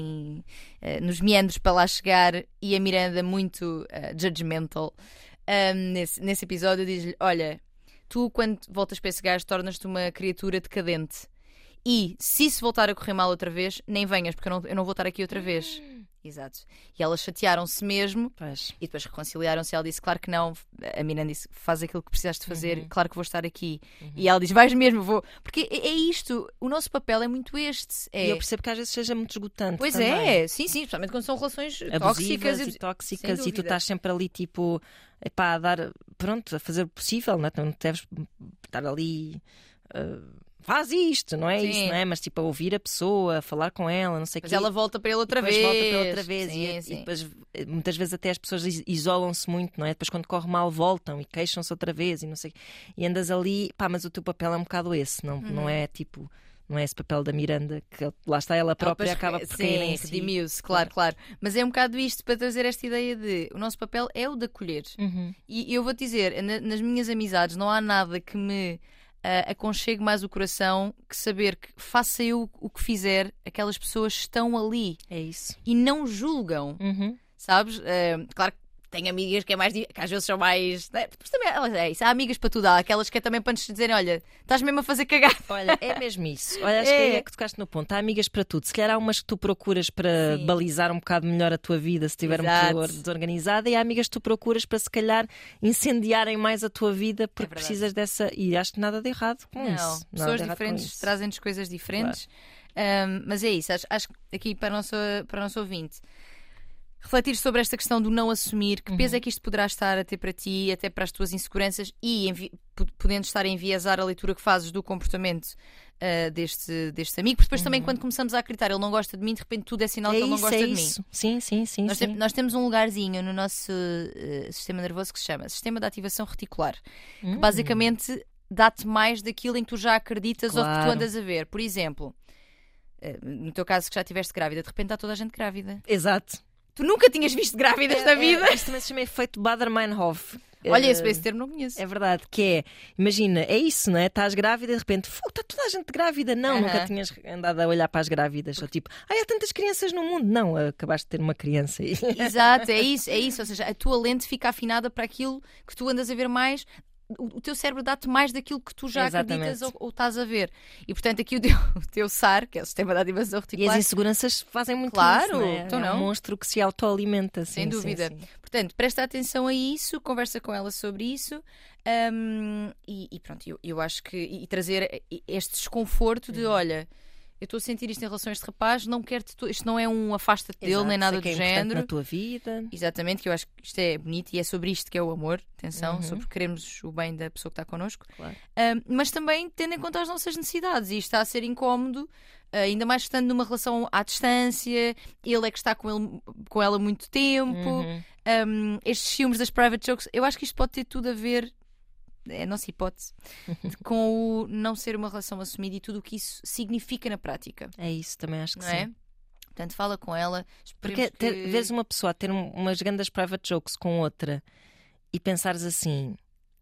[SPEAKER 2] nos meandros para lá chegar, e a Miranda muito judgmental. Nesse episódio diz-lhe: olha, tu quando voltas para esse gajo tornas-te uma criatura decadente, e se isso voltar a correr mal outra vez, nem venhas, porque eu não vou estar aqui outra vez. Exato. E elas chatearam-se mesmo.
[SPEAKER 1] Pois.
[SPEAKER 2] E depois reconciliaram-se. Ela disse: claro que não. A Miranda disse: faz aquilo que precisaste de fazer, claro que vou estar aqui. E ela diz: vais mesmo, vou. Porque é isto, o nosso papel é muito este.
[SPEAKER 1] E eu percebo que às vezes seja muito esgotante.
[SPEAKER 2] Pois
[SPEAKER 1] também.
[SPEAKER 2] É, sim, especialmente quando são relações tóxicas
[SPEAKER 1] e tu estás sempre ali tipo, epá, a dar, pronto, a fazer o possível, não é? Tu não deves estar ali. Faz isto, não é isso, não é? Mas tipo, a ouvir a pessoa, a falar com ela, não sei o quê.
[SPEAKER 2] Mas ela volta para ele outra vez.
[SPEAKER 1] Volta para ele outra vez.
[SPEAKER 2] Sim,
[SPEAKER 1] e depois, muitas vezes até as pessoas isolam-se muito, não é? Depois quando corre mal voltam e queixam-se outra vez e não sei. E andas ali, pá, mas o teu papel é um bocado esse, não é tipo... Não é esse papel da Miranda, que lá está ela própria, acaba por cair em si.
[SPEAKER 2] Redimiu-se, claro. Mas é um bocado isto para trazer esta ideia de o nosso papel é o de acolher. E eu vou-te dizer, nas minhas amizades não há nada que me aconchegue mais o coração que saber que, faça eu o que fizer, aquelas pessoas estão ali.
[SPEAKER 1] É isso.
[SPEAKER 2] E não julgam, sabes? Claro que tenho amigas que às vezes são mais... Mas também é isso, há amigas para tudo. Há aquelas que é também para nos dizerem: olha, estás mesmo a fazer cagar.
[SPEAKER 1] Olha, é mesmo isso. Olha, acho que aí é que tocaste no ponto. Há amigas para tudo. Se calhar há umas que tu procuras para balizar um bocado melhor a tua vida, se estiver muito desorganizada, e há amigas que tu procuras para se calhar incendiarem mais a tua vida porque precisas dessa... E acho que nada de errado com isso.
[SPEAKER 2] Pessoas diferentes trazem-nos coisas diferentes. Claro. Mas é isso. Acho que aqui para o nosso ouvinte, refletir sobre esta questão do não assumir, que peso é que isto poderá estar a ter para ti, até para as tuas inseguranças, e podendo estar a enviesar a leitura que fazes do comportamento deste amigo, porque depois também quando começamos a acreditar ele não gosta de mim, de repente tudo é sinal que ele não gosta de mim.
[SPEAKER 1] Sim.
[SPEAKER 2] Nós temos um lugarzinho no nosso sistema nervoso que se chama Sistema de Ativação Reticular, que basicamente dá-te mais daquilo em que tu já acreditas ou que tu andas a ver. Por exemplo, no teu caso que já estiveste grávida, de repente está toda a gente grávida.
[SPEAKER 1] Exato.
[SPEAKER 2] Tu nunca tinhas visto grávidas na vida?
[SPEAKER 1] Isto também se chama efeito Baader-Meinhof.
[SPEAKER 2] Olha, esse termo não conheço.
[SPEAKER 1] É verdade, que é, imagina, é isso, não é? Estás grávida e de repente, está toda a gente grávida. Não, nunca tinhas andado a olhar para as grávidas. Ou tipo, há tantas crianças no mundo. Não, acabaste de ter uma criança.
[SPEAKER 2] Exato, é isso. Ou seja, a tua lente fica afinada para aquilo que tu andas a ver mais. O teu cérebro dá-te mais daquilo que tu já acreditas ou estás a ver. E portanto aqui o teu SAR, que é o Sistema de Ativação Reticular.
[SPEAKER 1] E as inseguranças fazem muito isso, não é?
[SPEAKER 2] Então
[SPEAKER 1] é um monstro que se autoalimenta.
[SPEAKER 2] Sem dúvida. Sim. Portanto, presta atenção a isso, conversa com ela sobre isso. E pronto, eu acho que... E trazer este desconforto de, olha... Eu estou a sentir isto em relação a este rapaz, não quero isto não é um afasta-te dele, nem nada do género.
[SPEAKER 1] Na tua vida.
[SPEAKER 2] Exatamente, que eu acho que isto é bonito e é sobre isto que é o amor. Atenção, sobre queremos o bem da pessoa que está connosco.
[SPEAKER 1] Claro.
[SPEAKER 2] Mas também tendo em conta as nossas necessidades. E isto está a ser incómodo, ainda mais estando numa relação à distância. Ele é que está com ela há muito tempo. Estes filmes das private jokes, eu acho que isto pode ter tudo a ver... É a nossa hipótese, com o não ser uma relação assumida e tudo o que isso significa na prática.
[SPEAKER 1] É isso, também acho que
[SPEAKER 2] não
[SPEAKER 1] sim.
[SPEAKER 2] É? Portanto, fala com ela.
[SPEAKER 1] Porque vês uma pessoa a ter umas grandes private jokes com outra e pensares assim,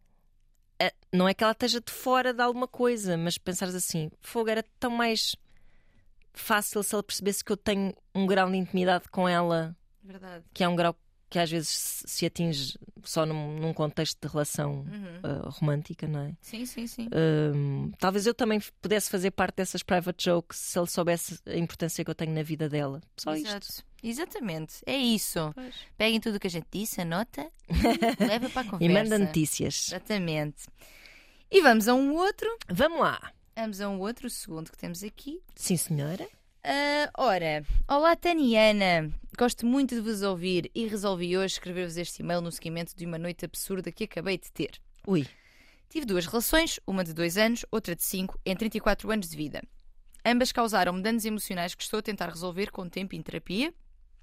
[SPEAKER 1] não é que ela esteja de fora de alguma coisa, mas pensares assim, fogo, era tão mais fácil se ela percebesse que eu tenho um grau de intimidade com ela.
[SPEAKER 2] Verdade.
[SPEAKER 1] Que é um grau que às vezes se atinge só num contexto de relação romântica, não é?
[SPEAKER 2] Sim.
[SPEAKER 1] Talvez eu também pudesse fazer parte dessas private jokes se ele soubesse a importância que eu tenho na vida dela. Só isto.
[SPEAKER 2] Exatamente, é isso. Pois. Peguem tudo o que a gente disse, anota e leva para a conversa.
[SPEAKER 1] E manda notícias.
[SPEAKER 2] Exatamente. E vamos a um outro.
[SPEAKER 1] Vamos lá.
[SPEAKER 2] Vamos a um outro, o segundo que temos aqui.
[SPEAKER 1] Sim, senhora.
[SPEAKER 2] Ora, olá Taniana, gosto muito de vos ouvir e resolvi hoje escrever-vos este e-mail no seguimento de uma noite absurda que acabei de ter.
[SPEAKER 1] Ui.
[SPEAKER 2] Tive 2 relações, uma de 2 anos, outra de 5, em 34 anos de vida. Ambas causaram-me danos emocionais que estou a tentar resolver com tempo e em terapia.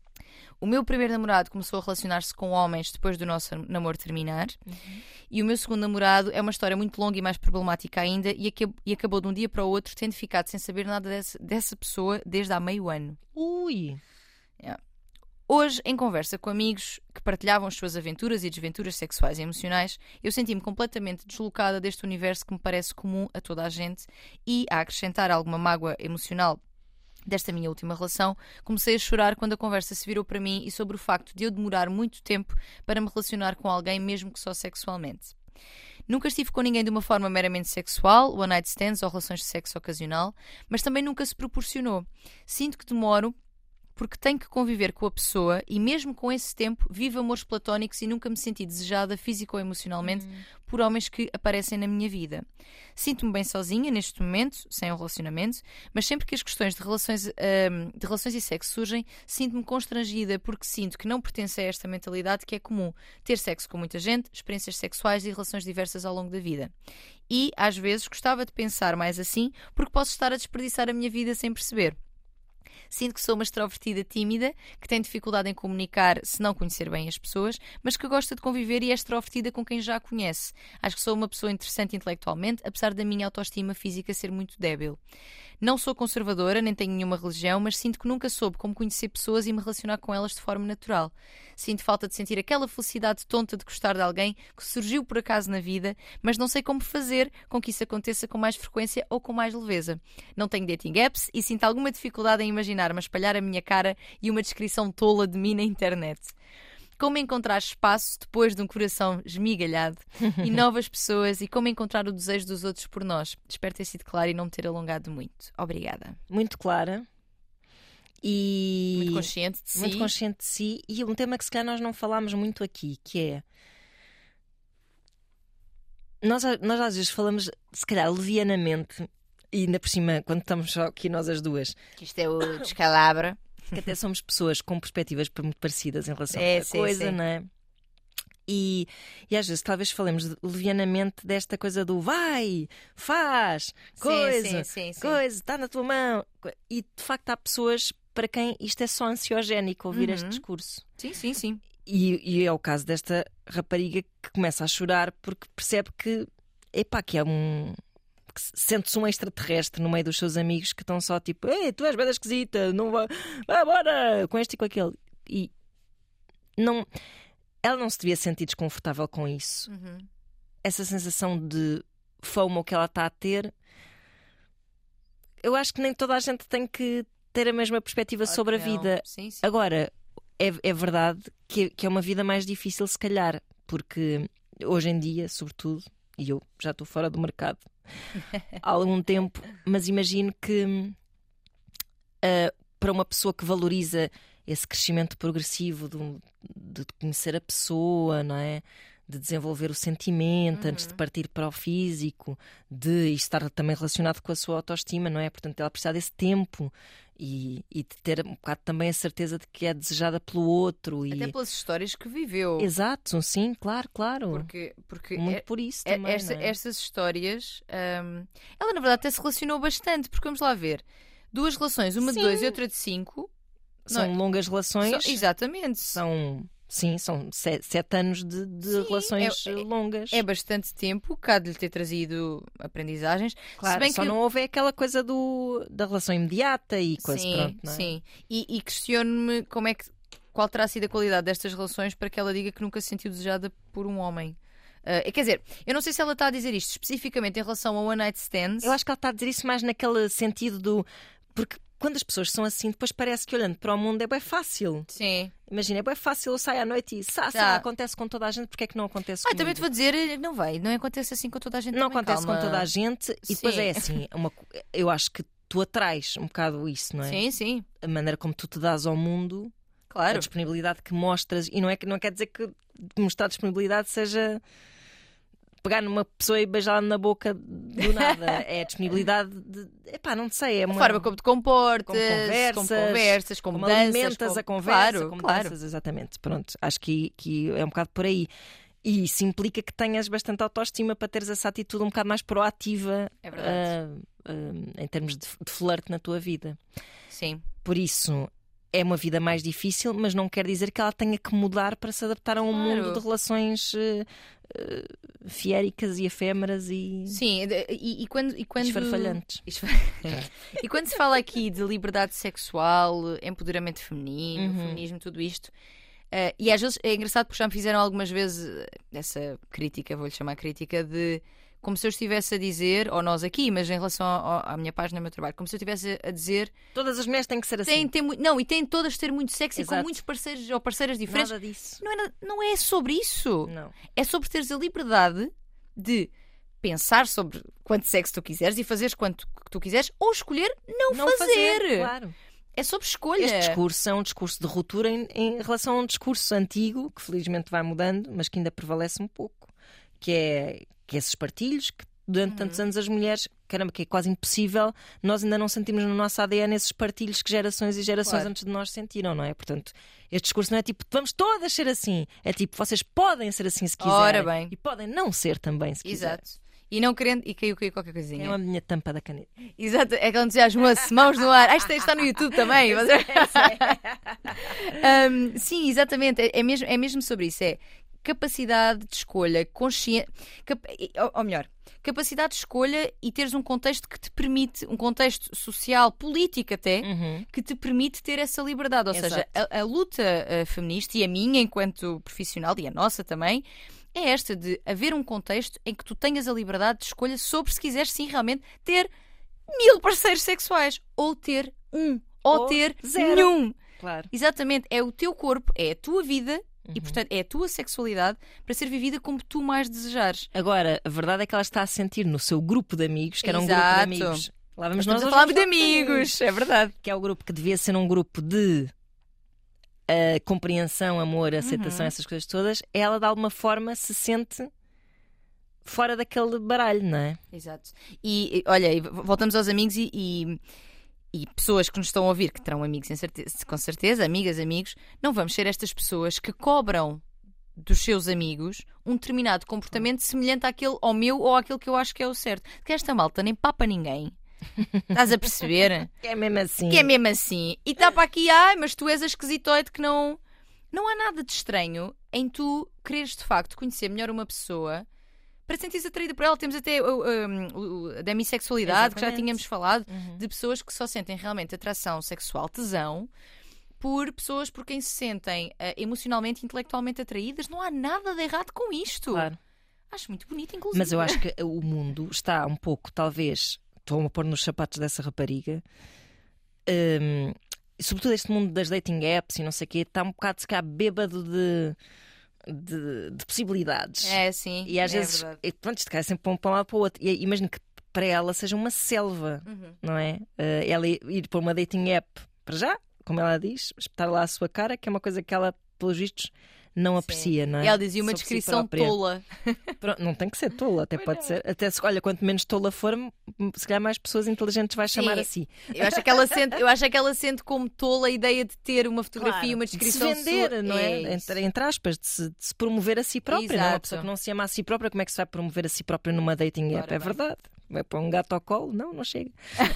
[SPEAKER 2] O meu primeiro namorado começou a relacionar-se com homens depois do nosso namoro terminar. E o meu segundo namorado é uma história muito longa e mais problemática ainda e acabou de um dia para o outro tendo ficado sem saber nada dessa pessoa desde há meio ano.
[SPEAKER 1] Ui!
[SPEAKER 2] Yeah. Hoje, em conversa com amigos que partilhavam as suas aventuras e desventuras sexuais e emocionais, eu senti-me completamente deslocada deste universo que me parece comum a toda a gente e, a acrescentar alguma mágoa emocional desta minha última relação, comecei a chorar quando a conversa se virou para mim e sobre o facto de eu demorar muito tempo para me relacionar com alguém, mesmo que só sexualmente. Nunca estive com ninguém de uma forma meramente sexual, one night stands ou relações de sexo ocasional, mas também nunca se proporcionou. Sinto que demoro porque tenho que conviver com a pessoa e mesmo com esse tempo vivo amores platónicos e nunca me senti desejada física ou emocionalmente por homens que aparecem na minha vida. Sinto-me bem sozinha neste momento, sem um relacionamento, mas sempre que as questões de relações e sexo surgem, sinto-me constrangida porque sinto que não pertenço a esta mentalidade que é comum, ter sexo com muita gente, experiências sexuais e relações diversas ao longo da vida. E, às vezes, gostava de pensar mais assim porque posso estar a desperdiçar a minha vida sem perceber. Sinto que sou uma extrovertida tímida, que tem dificuldade em comunicar se não conhecer bem as pessoas, mas que gosta de conviver e é extrovertida com quem já a conhece. Acho que sou uma pessoa interessante intelectualmente, apesar da minha autoestima física ser muito débil. Não sou conservadora, nem tenho nenhuma religião, mas sinto que nunca soube como conhecer pessoas e me relacionar com elas de forma natural. Sinto falta de sentir aquela felicidade tonta de gostar de alguém que surgiu por acaso na vida, mas não sei como fazer com que isso aconteça com mais frequência ou com mais leveza. Não tenho dating apps e sinto alguma dificuldade em imaginar-me a espalhar a minha cara e uma descrição tola de mim na internet. Como encontrar espaço depois de um coração esmigalhado e novas pessoas e como encontrar o desejo dos outros por nós. Espero ter sido clara e não me ter alongado muito. Obrigada.
[SPEAKER 1] Muito clara. E
[SPEAKER 2] muito consciente de si.
[SPEAKER 1] Muito consciente de si. E um tema que se calhar nós não falámos muito aqui, que é... Nós às vezes falamos, se calhar, levianamente, e ainda por cima, quando estamos só aqui nós as duas...
[SPEAKER 2] Que isto é o descalabro.
[SPEAKER 1] Que até somos pessoas com perspectivas muito parecidas em relação a coisa, sim. Não é? E às vezes talvez falemos levianamente desta coisa do vai, faz, coisa, coisa, está na tua mão. E de facto há pessoas para quem isto é só ansiogénico ouvir este discurso.
[SPEAKER 2] Sim.
[SPEAKER 1] E é o caso desta rapariga que começa a chorar porque percebe que sente-se um extraterrestre no meio dos seus amigos que estão só tipo, ei, tu és bem esquisita, não vai embora, com este e com aquele. E não, ela não se devia sentir desconfortável com isso. Essa sensação de FOMO que ela está a ter, eu acho que nem toda a gente tem que ter a mesma perspectiva sobre a vida.
[SPEAKER 2] Sim.
[SPEAKER 1] Agora, é verdade que é uma vida mais difícil, se calhar, porque hoje em dia, sobretudo, e eu já estou fora do mercado há algum tempo, mas imagino que para uma pessoa que valoriza esse crescimento progressivo de conhecer a pessoa, não é? De desenvolver o sentimento antes de partir para o físico, de estar também relacionado com a sua autoestima, não é? Portanto, ela precisa desse tempo e de ter um bocado também a certeza de que é desejada pelo outro.
[SPEAKER 2] Até pelas histórias que viveu.
[SPEAKER 1] Exato, sim, claro.
[SPEAKER 2] Porque
[SPEAKER 1] muito por isso também,
[SPEAKER 2] estas histórias, ela na verdade até se relacionou bastante, porque vamos lá ver, 2 relações, uma de 2 e outra de 5.
[SPEAKER 1] São longas relações.
[SPEAKER 2] Exatamente.
[SPEAKER 1] São 7 anos de relações longas.
[SPEAKER 2] É bastante tempo, cá de lhe ter trazido aprendizagens.
[SPEAKER 1] Claro, se bem só que não houve aquela coisa da relação imediata e coisa, pronto, não é?
[SPEAKER 2] Sim. E questiono-me qual terá sido a qualidade destas relações para que ela diga que nunca se sentiu desejada por um homem. Quer dizer, eu não sei se ela está a dizer isto especificamente em relação a one night stands.
[SPEAKER 1] Eu acho que ela está a dizer isso mais naquele sentido do... Porque quando as pessoas são assim, depois parece que olhando para o mundo é bem fácil.
[SPEAKER 2] Sim.
[SPEAKER 1] Imagina, é bem fácil, eu saio à noite e acontece com toda a gente, porque é que não acontece comigo?
[SPEAKER 2] Também te vou dizer, não acontece assim com toda a gente.
[SPEAKER 1] Não
[SPEAKER 2] também,
[SPEAKER 1] acontece
[SPEAKER 2] calma.
[SPEAKER 1] com toda a gente e depois é assim, eu acho que tu atrás um bocado isso, não é?
[SPEAKER 2] Sim.
[SPEAKER 1] A maneira como tu te dás ao mundo,
[SPEAKER 2] claro.
[SPEAKER 1] A disponibilidade que mostras, e não quer dizer que mostrar disponibilidade seja pegar numa pessoa e beijá-la na boca do nada. É a disponibilidade de. Epá, não sei. É
[SPEAKER 2] a forma como te comportas,
[SPEAKER 1] como conversas,
[SPEAKER 2] como
[SPEAKER 1] mudanças, alimentas a conversa,
[SPEAKER 2] claro,
[SPEAKER 1] como
[SPEAKER 2] claro.
[SPEAKER 1] danças, exatamente. Pronto, acho que é um bocado por aí. E isso implica que tenhas bastante autoestima para teres essa atitude um bocado mais proativa,
[SPEAKER 2] é verdade.
[SPEAKER 1] Em termos de flerte na tua vida.
[SPEAKER 2] Sim.
[SPEAKER 1] Por isso, é uma vida mais difícil, mas não quer dizer que ela tenha que mudar para se adaptar a um mundo de relações fiéricas e efêmeras e,
[SPEAKER 2] sim, e quando
[SPEAKER 1] esfarfalhantes.
[SPEAKER 2] E quando se fala aqui de liberdade sexual, empoderamento feminino, feminismo, tudo isto, e às vezes é engraçado porque já me fizeram algumas vezes essa crítica, vou-lhe chamar crítica, de como se eu estivesse a dizer, ou nós aqui, mas em relação à minha página, ao meu trabalho, como se eu estivesse a dizer
[SPEAKER 1] todas as mulheres têm que ser assim.
[SPEAKER 2] Não, e têm todas de ser muito sexy,
[SPEAKER 1] Exato.
[SPEAKER 2] com muitos parceiros ou parceiras diferentes.
[SPEAKER 1] Nada disso.
[SPEAKER 2] Não é sobre isso.
[SPEAKER 1] Não.
[SPEAKER 2] É sobre teres a liberdade de pensar sobre quanto sexo tu quiseres e fazeres quanto que tu quiseres, ou escolher não fazer.
[SPEAKER 1] Claro.
[SPEAKER 2] É sobre escolha.
[SPEAKER 1] Este discurso é um discurso de ruptura em relação a um discurso antigo, que felizmente vai mudando, mas que ainda prevalece um pouco, que é esses partilhos que durante tantos anos as mulheres, caramba, que é quase impossível, nós ainda não sentimos no nosso ADN esses partilhos que gerações e gerações antes de nós sentiram, não é? Portanto, este discurso não é tipo, vamos todas ser assim. É tipo, vocês podem ser assim se quiserem.
[SPEAKER 2] Ora bem.
[SPEAKER 1] E podem não ser também se quiserem.
[SPEAKER 2] Exato. E não querendo. E caiu qualquer coisinha.
[SPEAKER 1] É uma minha tampa da caneta.
[SPEAKER 2] Exato. É aquele entusiasmo-se, mãos no ar. Isto está no YouTube também. Sim, exatamente. É mesmo sobre isso. É capacidade de escolha, consciência. Ou melhor, capacidade de escolha e teres um contexto que te permite, um contexto social, político até, que te permite ter essa liberdade. Ou seja, a luta feminista e a minha enquanto profissional e a nossa também é esta de haver um contexto em que tu tenhas a liberdade de escolha sobre se quiseres sim realmente ter 1000 parceiros sexuais ou ter ou ter
[SPEAKER 1] 0.
[SPEAKER 2] nenhum.
[SPEAKER 1] Claro.
[SPEAKER 2] Exatamente, é o teu corpo, é a tua vida. E, portanto, é a tua sexualidade para ser vivida como tu mais desejares.
[SPEAKER 1] Agora, a verdade é que ela está a sentir no seu grupo de amigos, que era um grupo de amigos. Lá vamos nós
[SPEAKER 2] a falar de amigos, é verdade.
[SPEAKER 1] Que é o grupo que devia ser um grupo de compreensão, amor, aceitação, essas coisas todas. Ela, de alguma forma, se sente fora daquele baralho, não é?
[SPEAKER 2] Exato. E, olha, voltamos aos amigos e pessoas que nos estão a ouvir, que terão amigos com certeza, amigas, amigos, não vamos ser estas pessoas que cobram dos seus amigos um determinado comportamento semelhante àquele ao meu ou àquele que eu acho que é o certo. Que esta malta nem papa ninguém. Estás a perceber?
[SPEAKER 1] Que é mesmo assim.
[SPEAKER 2] Que é mesmo assim. E está para aqui, mas tu és a esquisitoide que não... Não há nada de estranho em tu quereres de facto conhecer melhor uma pessoa para te sentires atraída por ela. Temos até a demissexualidade, que já tínhamos falado, de pessoas que só sentem realmente atração sexual, tesão, por pessoas por quem se sentem emocionalmente e intelectualmente atraídas. Não há nada de errado com isto.
[SPEAKER 1] Claro.
[SPEAKER 2] Acho muito bonito, inclusive.
[SPEAKER 1] Mas eu acho que o mundo está um pouco, talvez, estou-me a pôr nos sapatos dessa rapariga, sobretudo este mundo das dating apps e não sei o quê, está um bocado, se calhar, bêbado de possibilidades.
[SPEAKER 2] É, sim.
[SPEAKER 1] E às vezes, pronto, isto cai sempre para um lado para o outro. E imagino que para ela seja uma selva, não é? Ela ir para uma dating app, para já, como ela diz, espetar lá a sua cara, que é uma coisa que ela, pelos vistos, não aprecia, não é?
[SPEAKER 2] E ela dizia uma descrição tola.
[SPEAKER 1] Pronto, não tem que ser tola, até pode ser. Até olha, quanto menos tola for, se calhar mais pessoas inteligentes vai chamar assim.
[SPEAKER 2] Eu acho que ela sente como tola a ideia de ter uma fotografia, uma descrição.
[SPEAKER 1] De se vender, não é? Entre aspas, de se promover a si própria.
[SPEAKER 2] Exato.
[SPEAKER 1] Não é? Uma pessoa que não se ama a si própria, como é que se vai promover a si própria numa dating app? É verdade. Vai pôr um gato ao colo? Não chega.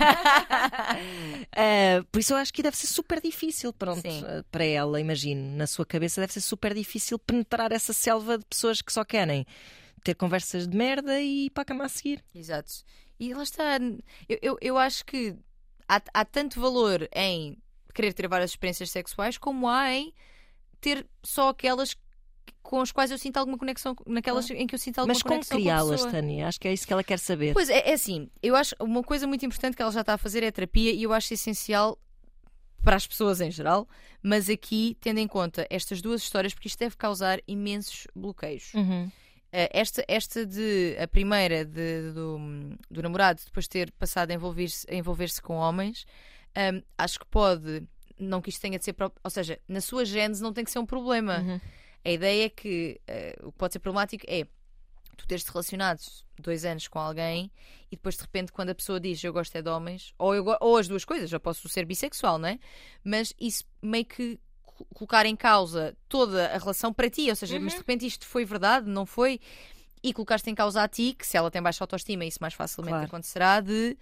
[SPEAKER 1] Por isso eu acho que deve ser super difícil para ela, imagino. Na sua cabeça deve ser super difícil penetrar essa selva de pessoas que só querem ter conversas de merda e ir para a cama a seguir.
[SPEAKER 2] Exato. E lá está. Eu acho que há tanto valor em querer ter várias experiências sexuais como há em ter só aquelas com as quais eu sinto alguma conexão, naquelas em que eu sinto alguma conexão.
[SPEAKER 1] Mas como criá-las, Tânia? Acho que é isso que ela quer saber.
[SPEAKER 2] Pois é assim, eu acho uma coisa muito importante que ela já está a fazer é a terapia e eu acho essencial para as pessoas em geral, mas aqui tendo em conta estas duas histórias, porque isto deve causar imensos bloqueios. Esta de a primeira do namorado depois ter passado a envolver-se com homens, acho que pode, não que isto tenha de ser próprio, ou seja, na sua gênese não tem que ser um problema. A ideia é que o que pode ser problemático é tu teres-te relacionado 2 anos com alguém e depois de repente quando a pessoa diz eu gosto é de homens, ou as duas coisas, eu posso ser bissexual, não é? Mas isso meio que colocar em causa toda a relação para ti, ou seja, mas de repente isto foi verdade, não foi? E colocaste em causa a ti, que se ela tem baixa autoestima, isso mais facilmente acontecerá,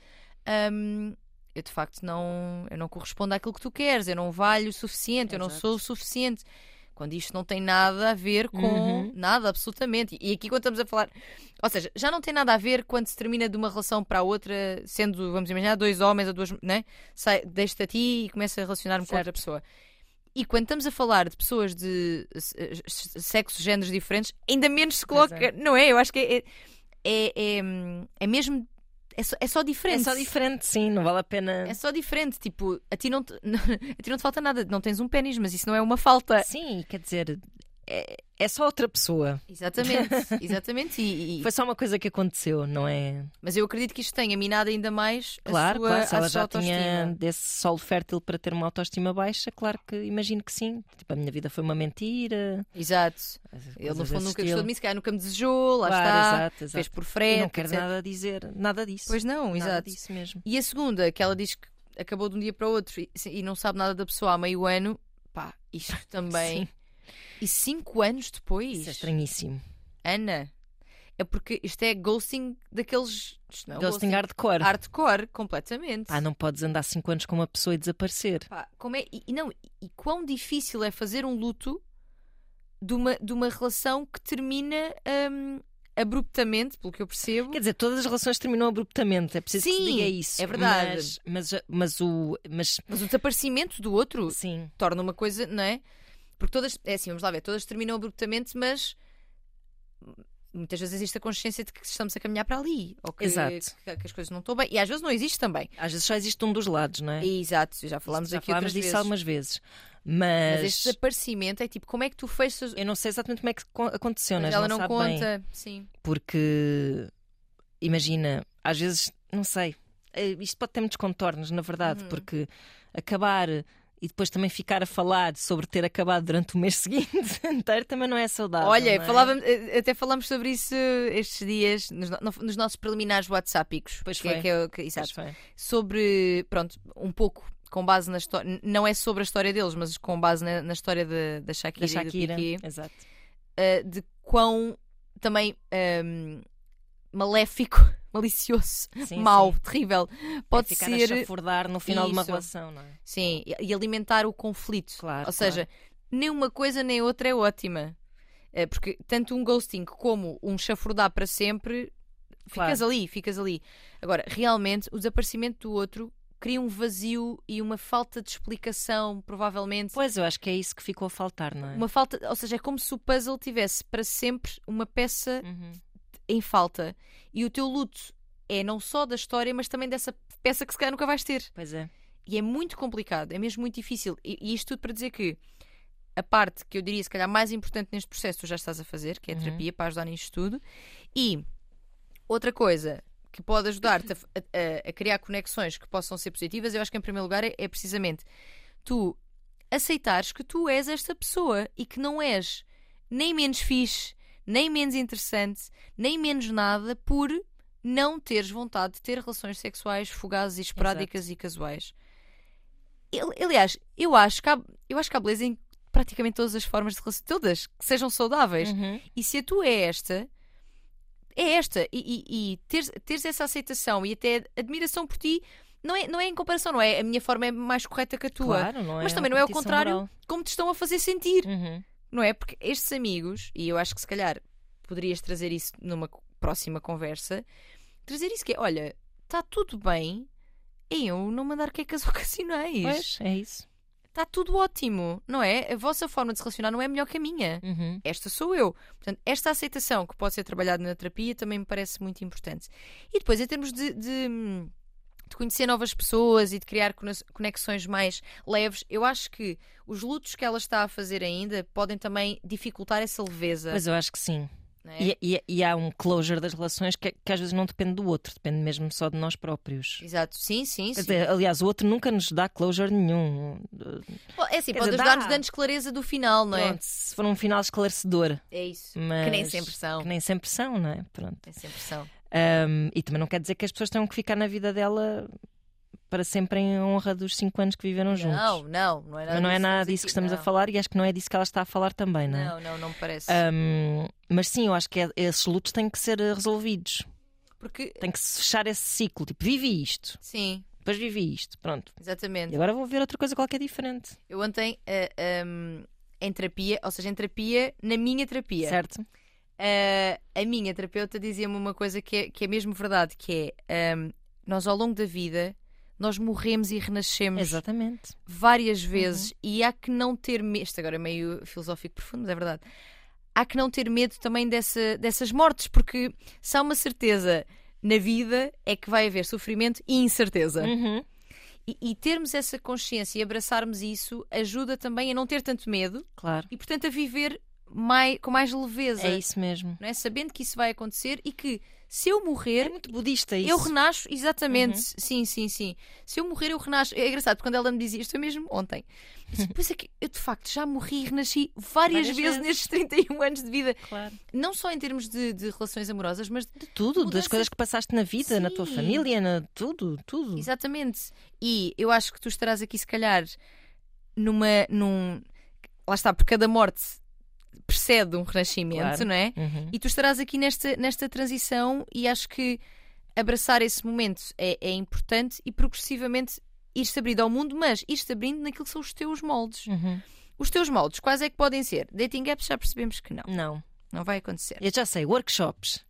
[SPEAKER 2] eu de facto eu não correspondo àquilo que tu queres, eu não valho o suficiente, eu não sou o suficiente. Quando isto não tem nada a ver com nada, absolutamente. E aqui quando estamos a falar... Ou seja, já não tem nada a ver quando se termina de uma relação para a outra, sendo, vamos imaginar, 2 homens ou 2... Né? Deixo-te a ti e começo a relacionar-me com outra pessoa. E quando estamos a falar de pessoas de sexos, géneros diferentes, ainda menos se coloca... Não é? Eu acho que é mesmo... É só diferente.
[SPEAKER 1] É só diferente, sim, não vale a pena.
[SPEAKER 2] É só diferente, tipo, a ti não te falta nada, não tens um pénis, mas isso não é uma falta.
[SPEAKER 1] Sim, quer dizer, é só outra pessoa.
[SPEAKER 2] Exatamente.
[SPEAKER 1] Foi só uma coisa que aconteceu, não é?
[SPEAKER 2] Mas eu acredito que isto tenha minado ainda mais
[SPEAKER 1] claro, se ela já
[SPEAKER 2] autoestima.
[SPEAKER 1] Tinha desse solo fértil para ter uma autoestima baixa, claro que imagino que sim. Tipo, a minha vida foi uma mentira.
[SPEAKER 2] Exato. Ele no fundo nunca gostou de mim, se calhar nunca me desejou, lá está. Exato. Fez por frente.
[SPEAKER 1] E não quero nada dizer, nada disso.
[SPEAKER 2] Pois não,
[SPEAKER 1] nada
[SPEAKER 2] exato.
[SPEAKER 1] Disso mesmo.
[SPEAKER 2] E a segunda, que ela diz que acabou de um dia para o outro e não sabe nada da pessoa há meio ano, pá, isto também. E 5 anos depois.
[SPEAKER 1] Isso é estranhíssimo.
[SPEAKER 2] Ana, é porque isto é ghosting daqueles. Não,
[SPEAKER 1] ghosting hardcore.
[SPEAKER 2] Hardcore, completamente.
[SPEAKER 1] Pá, não podes andar 5 anos com uma pessoa e desaparecer.
[SPEAKER 2] Pá, como é? E quão difícil é fazer um luto de uma relação que termina abruptamente, pelo que eu percebo.
[SPEAKER 1] Quer dizer, todas as relações terminam abruptamente, é preciso que se diga isso.
[SPEAKER 2] É verdade.
[SPEAKER 1] Mas o
[SPEAKER 2] desaparecimento do outro
[SPEAKER 1] sim.
[SPEAKER 2] Torna uma coisa, não é? Porque todas, é assim, vamos lá ver, todas terminam abruptamente, mas muitas vezes existe a consciência de que estamos a caminhar para ali, ou que as coisas não estão bem, e às vezes não existe também.
[SPEAKER 1] Às vezes só existe um dos lados, não é?
[SPEAKER 2] Exato, já falámos aqui outras vezes.
[SPEAKER 1] Disso algumas vezes. Mas
[SPEAKER 2] este desaparecimento é tipo, como é que tu fechas...
[SPEAKER 1] Eu não sei exatamente como é que aconteceu,
[SPEAKER 2] mas ela não sabe conta, bem. Sim.
[SPEAKER 1] Porque, imagina, às vezes, não sei, isto pode ter muitos contornos, na verdade, porque acabar... E depois também ficar a falar sobre ter acabado durante o mês seguinte inteiro também não é saudável.
[SPEAKER 2] Olha,
[SPEAKER 1] não é?
[SPEAKER 2] Até falámos sobre isso estes dias nos nossos preliminares WhatsAppicos.
[SPEAKER 1] Pois
[SPEAKER 2] foi.
[SPEAKER 1] Exato. Foi.
[SPEAKER 2] Sobre, pronto, um pouco com base na história. Não é sobre a história deles, mas com base na história da Shakira e do Piqué.
[SPEAKER 1] Exato.
[SPEAKER 2] De quão também maléfico, malicioso, mau, terrível pode
[SPEAKER 1] ficar
[SPEAKER 2] ser.
[SPEAKER 1] A chafurdar no final de uma relação, não é?
[SPEAKER 2] Sim, e alimentar o conflito.
[SPEAKER 1] Claro,
[SPEAKER 2] ou seja, nem uma coisa nem outra é ótima. Porque tanto um ghosting como um chafurdar para sempre, ficas ali. Agora, realmente, o desaparecimento do outro cria um vazio e uma falta de explicação, provavelmente.
[SPEAKER 1] Pois, eu acho que é isso que ficou a faltar, não é?
[SPEAKER 2] Uma falta, ou seja, é como se o puzzle tivesse para sempre uma peça em falta. E o teu luto é não só da história, mas também dessa peça que se calhar nunca vais ter.
[SPEAKER 1] Pois é.
[SPEAKER 2] E é muito complicado, é mesmo muito difícil. E isto tudo para dizer que a parte que eu diria se calhar mais importante neste processo tu já estás a fazer, que é a terapia, para ajudar nisto tudo. E outra coisa que pode ajudar-te a criar conexões que possam ser positivas, eu acho que em primeiro lugar é precisamente tu aceitares que tu és esta pessoa e que não és nem menos fixe, nem menos interessante, nem menos nada por não teres vontade de ter relações sexuais fugazes e esporádicas e casuais. Aliás, eu acho que há beleza em praticamente todas as formas de relação, todas, que sejam saudáveis. E se a tua é esta, e teres essa aceitação e até admiração por ti, não é em comparação, não é? A minha forma é mais correta que a tua.
[SPEAKER 1] Claro, não é,
[SPEAKER 2] mas também não é o contrário,
[SPEAKER 1] moral.
[SPEAKER 2] como te estão a fazer sentir. Não é? Porque estes amigos, e eu acho que se calhar poderias trazer isso numa próxima conversa, trazer isso que é, olha, está tudo bem em eu não mandar quecas ocasionais.
[SPEAKER 1] Pois, é isso.
[SPEAKER 2] Está tudo ótimo, não é? A vossa forma de se relacionar não é melhor que a minha. Esta sou eu. Portanto, esta aceitação que pode ser trabalhada na terapia também me parece muito importante. E depois, em termos de conhecer novas pessoas e de criar conexões mais leves, eu acho que os lutos que ela está a fazer ainda podem também dificultar essa leveza.
[SPEAKER 1] Pois eu acho que sim.
[SPEAKER 2] Não é?
[SPEAKER 1] E há um closure das relações que às vezes não depende do outro, depende mesmo só de nós próprios.
[SPEAKER 2] Exato, sim.
[SPEAKER 1] Quer dizer, aliás, o outro nunca nos dá closure nenhum.
[SPEAKER 2] É assim,
[SPEAKER 1] Quer
[SPEAKER 2] pode
[SPEAKER 1] dizer,
[SPEAKER 2] ajudar-nos
[SPEAKER 1] dá.
[SPEAKER 2] dando clareza do final, não é?
[SPEAKER 1] Pronto, se for um final esclarecedor.
[SPEAKER 2] É isso.
[SPEAKER 1] Mas...
[SPEAKER 2] Que nem sempre são.
[SPEAKER 1] Que nem sempre são, não é? Pronto.
[SPEAKER 2] Nem sempre são.
[SPEAKER 1] E também não quer dizer que as pessoas tenham que ficar na vida dela para sempre em honra dos 5 anos que viveram juntos.
[SPEAKER 2] Não é nada
[SPEAKER 1] Não é
[SPEAKER 2] disso
[SPEAKER 1] nada disso que estamos a falar e acho que não é disso que ela está a falar também, não é?
[SPEAKER 2] Não me parece.
[SPEAKER 1] Mas sim, eu acho que esses lutos têm que ser resolvidos.
[SPEAKER 2] Porque...
[SPEAKER 1] Tem que se fechar esse ciclo. Tipo, vivi isto.
[SPEAKER 2] Sim.
[SPEAKER 1] Depois vivi isto. Pronto.
[SPEAKER 2] Exatamente.
[SPEAKER 1] E agora vou ver outra coisa qualquer diferente.
[SPEAKER 2] Eu ontem, em terapia, ou seja, em terapia, na minha terapia.
[SPEAKER 1] Certo?
[SPEAKER 2] A minha terapeuta dizia-me uma coisa que é mesmo verdade, que é nós ao longo da vida nós morremos e renascemos
[SPEAKER 1] Exatamente.
[SPEAKER 2] várias vezes e há que não ter medo, isto agora é meio filosófico profundo, mas é verdade, há que não ter medo também dessas mortes, porque se há uma certeza na vida é que vai haver sofrimento e incerteza. E termos essa consciência e abraçarmos isso ajuda também a não ter tanto medo.
[SPEAKER 1] Claro.
[SPEAKER 2] E portanto a viver com mais leveza.
[SPEAKER 1] É isso mesmo.
[SPEAKER 2] Não é? Sabendo que isso vai acontecer e que se eu morrer...
[SPEAKER 1] É muito budista isso.
[SPEAKER 2] Eu renasço, exatamente. Sim. Se eu morrer, eu renasço. É engraçado, porque quando ela me dizia isto, foi mesmo ontem. Pois é que eu, de facto, já morri e renasci várias vezes nestes 31 anos de vida.
[SPEAKER 1] Claro.
[SPEAKER 2] Não só em termos de relações amorosas, mas
[SPEAKER 1] de tudo, das coisas que passaste na vida, na tua família, tudo.
[SPEAKER 2] Exatamente. E eu acho que tu estarás aqui, se calhar, lá está, por cada morte precede um renascimento,
[SPEAKER 1] claro.
[SPEAKER 2] Não é? E tu estarás aqui nesta transição e acho que abraçar esse momento é importante e progressivamente ir-se abrindo ao mundo, mas ir-se abrindo naquilo que são os teus moldes. Os teus moldes, quais é que podem ser? Dating apps já percebemos que não. Não vai acontecer.
[SPEAKER 1] Eu já sei, workshops.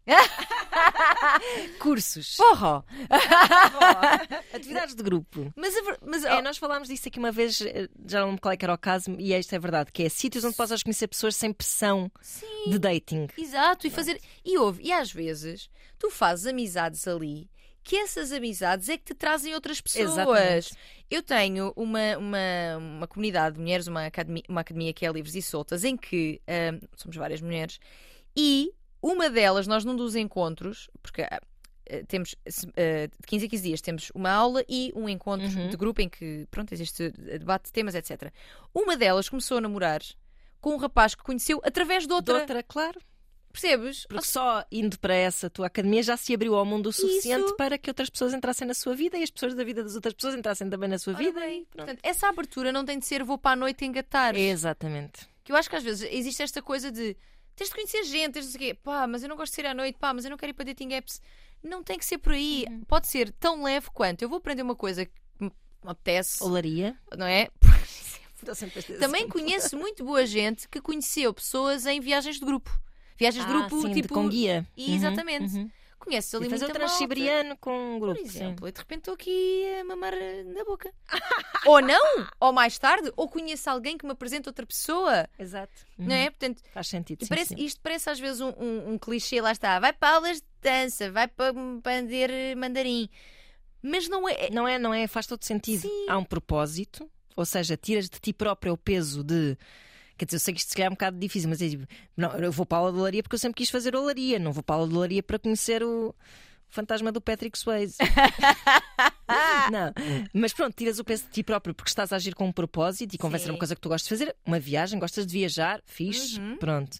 [SPEAKER 1] Cursos.
[SPEAKER 2] Porra!
[SPEAKER 1] Atividades de grupo.
[SPEAKER 2] Mas
[SPEAKER 1] nós falámos disso aqui uma vez, já não lembro qual é que era o caso, e isto é verdade, que é sítios onde possas conhecer pessoas sem pressão de dating.
[SPEAKER 2] Exato, e às vezes tu fazes amizades ali, que essas amizades é que te trazem outras pessoas.
[SPEAKER 1] Exatamente.
[SPEAKER 2] Eu tenho uma comunidade de mulheres, uma academia que é Livres e Soltas, em que somos várias mulheres, e uma delas, nós num dos encontros, porque temos de 15 a 15 dias, temos uma aula e um encontro de grupo em que, pronto, existe debate de temas, etc. Uma delas começou a namorar com um rapaz que conheceu através de outra.
[SPEAKER 1] Claro.
[SPEAKER 2] Percebes?
[SPEAKER 1] Porque só indo para essa tua academia já se abriu ao mundo o suficiente para que outras pessoas entrassem na sua vida e as pessoas da vida das outras pessoas entrassem também na sua vida.
[SPEAKER 2] Bem, portanto, essa abertura não tem de ser vou para a noite engatar.
[SPEAKER 1] Exatamente.
[SPEAKER 2] Que eu acho que às vezes existe esta coisa de tens de conhecer gente, tens de dizer pá, mas eu não gosto de sair à noite, pá, mas eu não quero ir para dating apps. Não tem que ser por aí. Pode ser tão leve quanto eu vou aprender uma coisa que me apetece.
[SPEAKER 1] Olaria.
[SPEAKER 2] Não é? Também conheço muito boa gente que conheceu pessoas em viagens de grupo. Viagens de grupo,
[SPEAKER 1] sim,
[SPEAKER 2] tipo.
[SPEAKER 1] com guia.
[SPEAKER 2] Exatamente. Conheces ali
[SPEAKER 1] fazer
[SPEAKER 2] muita
[SPEAKER 1] o transiberiano com um grupo.
[SPEAKER 2] Por exemplo, e de repente estou aqui a mamar na boca. Ou não, ou mais tarde, ou conheço alguém que me apresenta outra pessoa.
[SPEAKER 1] Exato.
[SPEAKER 2] Não é? Portanto,
[SPEAKER 1] faz sentido.
[SPEAKER 2] Isto parece às vezes um clichê, lá está. Vai para aulas de dança, vai para aprender mandarim. Mas não é.
[SPEAKER 1] Não é, faz todo sentido.
[SPEAKER 2] Sim.
[SPEAKER 1] Há um propósito, ou seja, tiras de ti próprio o peso de. Quer dizer, eu sei que isto se calhar é um bocado difícil, mas é tipo, não, eu vou para a aula de olaria porque eu sempre quis fazer olaria, não vou para a aula de olaria para conhecer o fantasma do Patrick Swayze. Não, mas pronto, tiras o peso de ti próprio porque estás a agir com um propósito e convém ser uma coisa que tu gostas de fazer, uma viagem, gostas de viajar, fixe, pronto.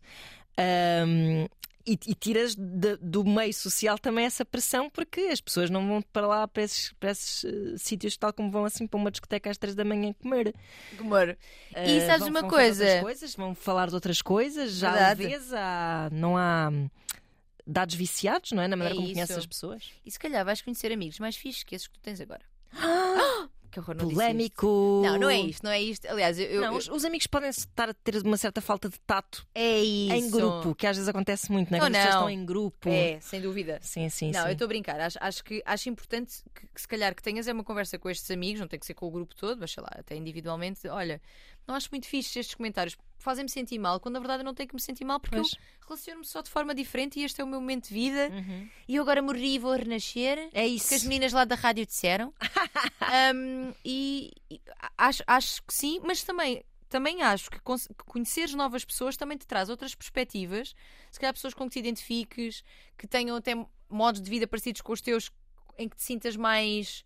[SPEAKER 1] E tiras do meio social também essa pressão, porque as pessoas não vão para lá, para esses sítios, tal como vão assim para uma discoteca às 3 da manhã comer.
[SPEAKER 2] E sabes uma coisa?
[SPEAKER 1] Vão falar de outras coisas, já às vezes não há dados viciados, não é? Na maneira como conheces as pessoas.
[SPEAKER 2] E se calhar vais conhecer amigos mais fixes que esses que tu tens agora. Que horror, não
[SPEAKER 1] polémico.
[SPEAKER 2] Não é isto. Aliás,
[SPEAKER 1] os amigos podem estar a ter uma certa falta de tato em grupo, que às vezes acontece muito, não é? Quando as pessoas estão em grupo.
[SPEAKER 2] É, sem dúvida.
[SPEAKER 1] Sim.
[SPEAKER 2] Não, eu estou a brincar. Acho importante que se calhar que tenhas uma conversa com estes amigos, não tem que ser com o grupo todo, mas sei lá, até individualmente. Olha, não acho muito fixe estes comentários, fazem-me sentir mal, quando na verdade eu não tenho que me sentir mal, porque eu relaciono-me só de forma diferente e este é o meu momento de vida. E eu agora morri e vou renascer.
[SPEAKER 1] É isso
[SPEAKER 2] que as meninas lá da rádio disseram. E acho que sim, mas também também acho que conheceres novas pessoas também te traz outras perspectivas. Se calhar pessoas com que te identifiques, que tenham até modos de vida parecidos com os teus, em que te sintas mais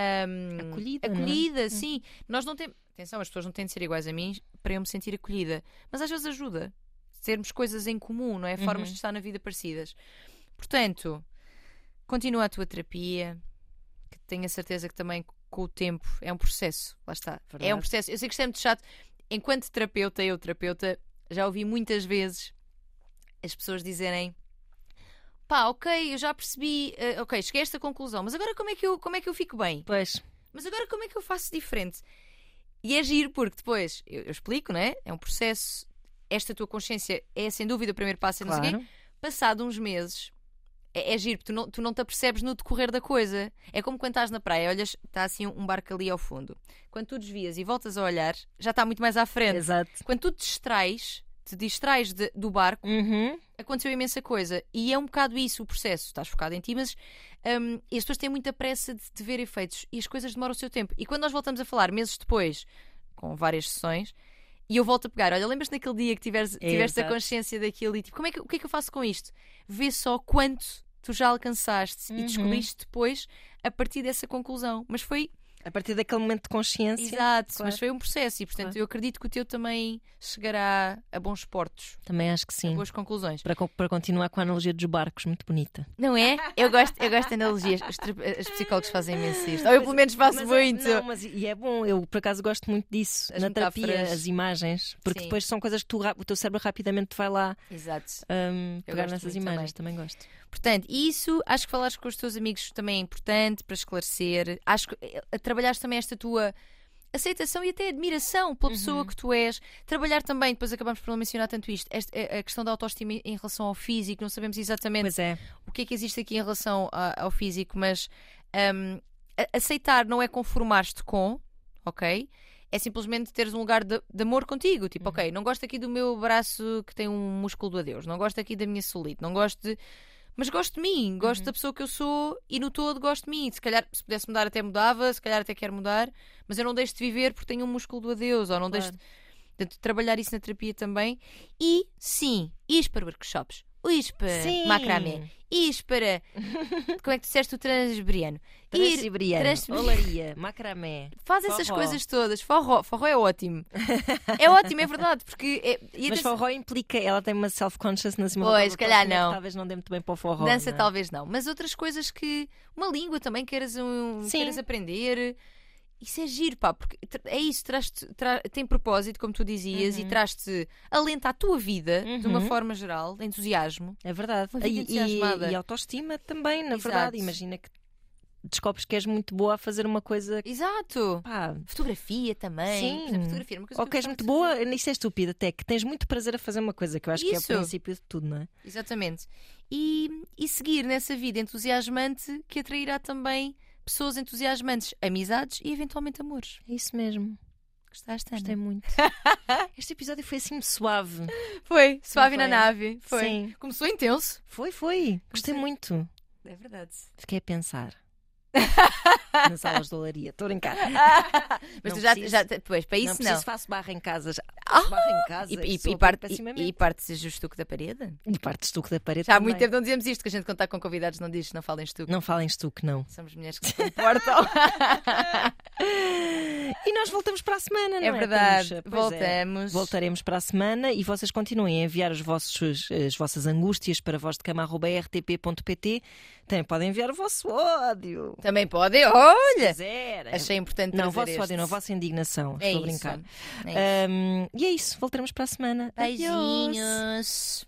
[SPEAKER 2] acolhida, sim. Nós não temos... Atenção, as pessoas não têm de ser iguais a mim para eu me sentir acolhida. Mas às vezes ajuda. Termos coisas em comum, não é? Formas de estar na vida parecidas. Portanto, continua a tua terapia, que tenho a certeza que também com o tempo é um processo. Lá está. Verdade. É um processo. Eu sei que isto é muito chato. Enquanto terapeuta, já ouvi muitas vezes as pessoas dizerem: pá, ok, eu já percebi, ok, cheguei a esta conclusão, mas agora como é que eu fico bem?
[SPEAKER 1] Pois.
[SPEAKER 2] Mas agora como é que eu faço diferente? E é giro porque depois, eu explico, não é? É um processo. Esta tua consciência é sem dúvida o primeiro passo. Claro. Não sei quê. Passado uns meses, é giro, porque tu não te apercebes no decorrer da coisa. É como quando estás na praia, olhas, está assim um barco ali ao fundo. Quando tu desvias e voltas a olhar, já está muito mais à frente.
[SPEAKER 1] Exato.
[SPEAKER 2] Quando tu te distrais do barco, aconteceu imensa coisa. E é um bocado isso o processo. Estás focado em ti, mas e as pessoas têm muita pressa de ver efeitos e as coisas demoram o seu tempo. E quando nós voltamos a falar, meses depois, com várias sessões, e eu volto a pegar, olha, lembras-te naquele dia que tiveste a consciência daquilo e tipo, o que é que eu faço com isto? Vê só quanto tu já alcançaste e descobriste depois a partir dessa conclusão. Mas foi...
[SPEAKER 1] A partir daquele momento de consciência.
[SPEAKER 2] Exato, claro. Mas foi um processo e, portanto, eu acredito que o teu também chegará a bons portos.
[SPEAKER 1] Também acho que sim.
[SPEAKER 2] A boas conclusões.
[SPEAKER 1] Para continuar com a analogia dos barcos, muito bonita.
[SPEAKER 2] Não é? Eu gosto de analogias. Os psicólogos fazem imenso isto. Ou eu, pelo menos, faço muito.
[SPEAKER 1] E é bom, eu por acaso gosto muito disso. Na terapia, as imagens. Porque depois são coisas que o teu cérebro rapidamente vai lá pegar nessas imagens. Também gosto.
[SPEAKER 2] Portanto, isso, acho que falares com os teus amigos também é importante para esclarecer. Acho que trabalhares também esta tua aceitação e até admiração pela pessoa que tu és. Trabalhar também, depois acabamos por não mencionar tanto isto, a questão da autoestima em relação ao físico. Não sabemos exatamente o que é que existe aqui em relação ao físico, mas aceitar não é conformar-te com, ok? É simplesmente teres um lugar de amor contigo. Tipo, ok, não gosto aqui do meu braço que tem um músculo do adeus, não gosto aqui da minha celulite, não gosto de... Mas gosto de mim, gosto da pessoa que eu sou e no todo gosto de mim. Se calhar, se pudesse mudar até mudava, se calhar até quero mudar, mas eu não deixo de viver porque tenho um músculo do adeus, ou não deixo de trabalhar isso na terapia também. E sim, ir para workshops, ir para macramé, ir para... Como é que disseste o transiberiano?
[SPEAKER 1] Olaria, macramé.
[SPEAKER 2] Faz essas coisas todas. Forró é ótimo. É ótimo, é verdade. Porque
[SPEAKER 1] mas forró implica, ela tem uma self-consciousness.
[SPEAKER 2] Pois, se calhar não.
[SPEAKER 1] Talvez não dê muito bem para o forró.
[SPEAKER 2] Dança talvez não. Mas outras coisas que... Uma língua também queiras aprender. Isso é giro, pá. Porque é isso, tem propósito, como tu dizias, e traz-te alento à tua vida, de uma forma geral, entusiasmo.
[SPEAKER 1] É verdade. E autoestima também, na verdade. Imagina que descobres que és muito boa a fazer uma coisa.
[SPEAKER 2] Exato. Fotografia também.
[SPEAKER 1] Sim.
[SPEAKER 2] Por exemplo, fotografia é uma coisa
[SPEAKER 1] que és muito boa. Isto é estúpido até, que tens muito prazer a fazer uma coisa, que eu acho que é o princípio de tudo, não é?
[SPEAKER 2] Exatamente. E seguir nessa vida entusiasmante que atrairá também pessoas entusiasmantes, amizades e eventualmente amores.
[SPEAKER 1] É isso mesmo.
[SPEAKER 2] Gostaste, Ana?
[SPEAKER 1] Gostei muito. Este episódio foi assim suave.
[SPEAKER 2] Foi, suave na nave. Foi.
[SPEAKER 1] Sim.
[SPEAKER 2] Começou intenso.
[SPEAKER 1] Foi. Gostei muito.
[SPEAKER 2] É verdade.
[SPEAKER 1] Fiquei a pensar. Nas aulas de olaria. Estou a brincar.
[SPEAKER 2] Mas tu já pois, para isso não.
[SPEAKER 1] Faço barra em casa. Barra em casa.
[SPEAKER 2] E partes o estuco da parede?
[SPEAKER 1] E partes estuco da parede.
[SPEAKER 2] Já há muito tempo não dizemos isto, que a gente quando está com convidados não diz, não fala em estuco.
[SPEAKER 1] Não fala em estuco, não.
[SPEAKER 2] Somos mulheres que se comportam.
[SPEAKER 1] E nós voltamos para a semana, não é?
[SPEAKER 2] É verdade, voltamos.
[SPEAKER 1] Voltaremos para a semana e vocês continuem a enviar as vossas angústias para vozdecama@rtp.pt. Também podem enviar o vosso ódio.
[SPEAKER 2] Também podem, olha!
[SPEAKER 1] Quiser.
[SPEAKER 2] Achei importante
[SPEAKER 1] não,
[SPEAKER 2] trazer
[SPEAKER 1] vosso ódio, não, a vossa indignação.
[SPEAKER 2] É
[SPEAKER 1] Estou a brincar. E é isso, voltaremos para a semana.
[SPEAKER 2] Beijinhos.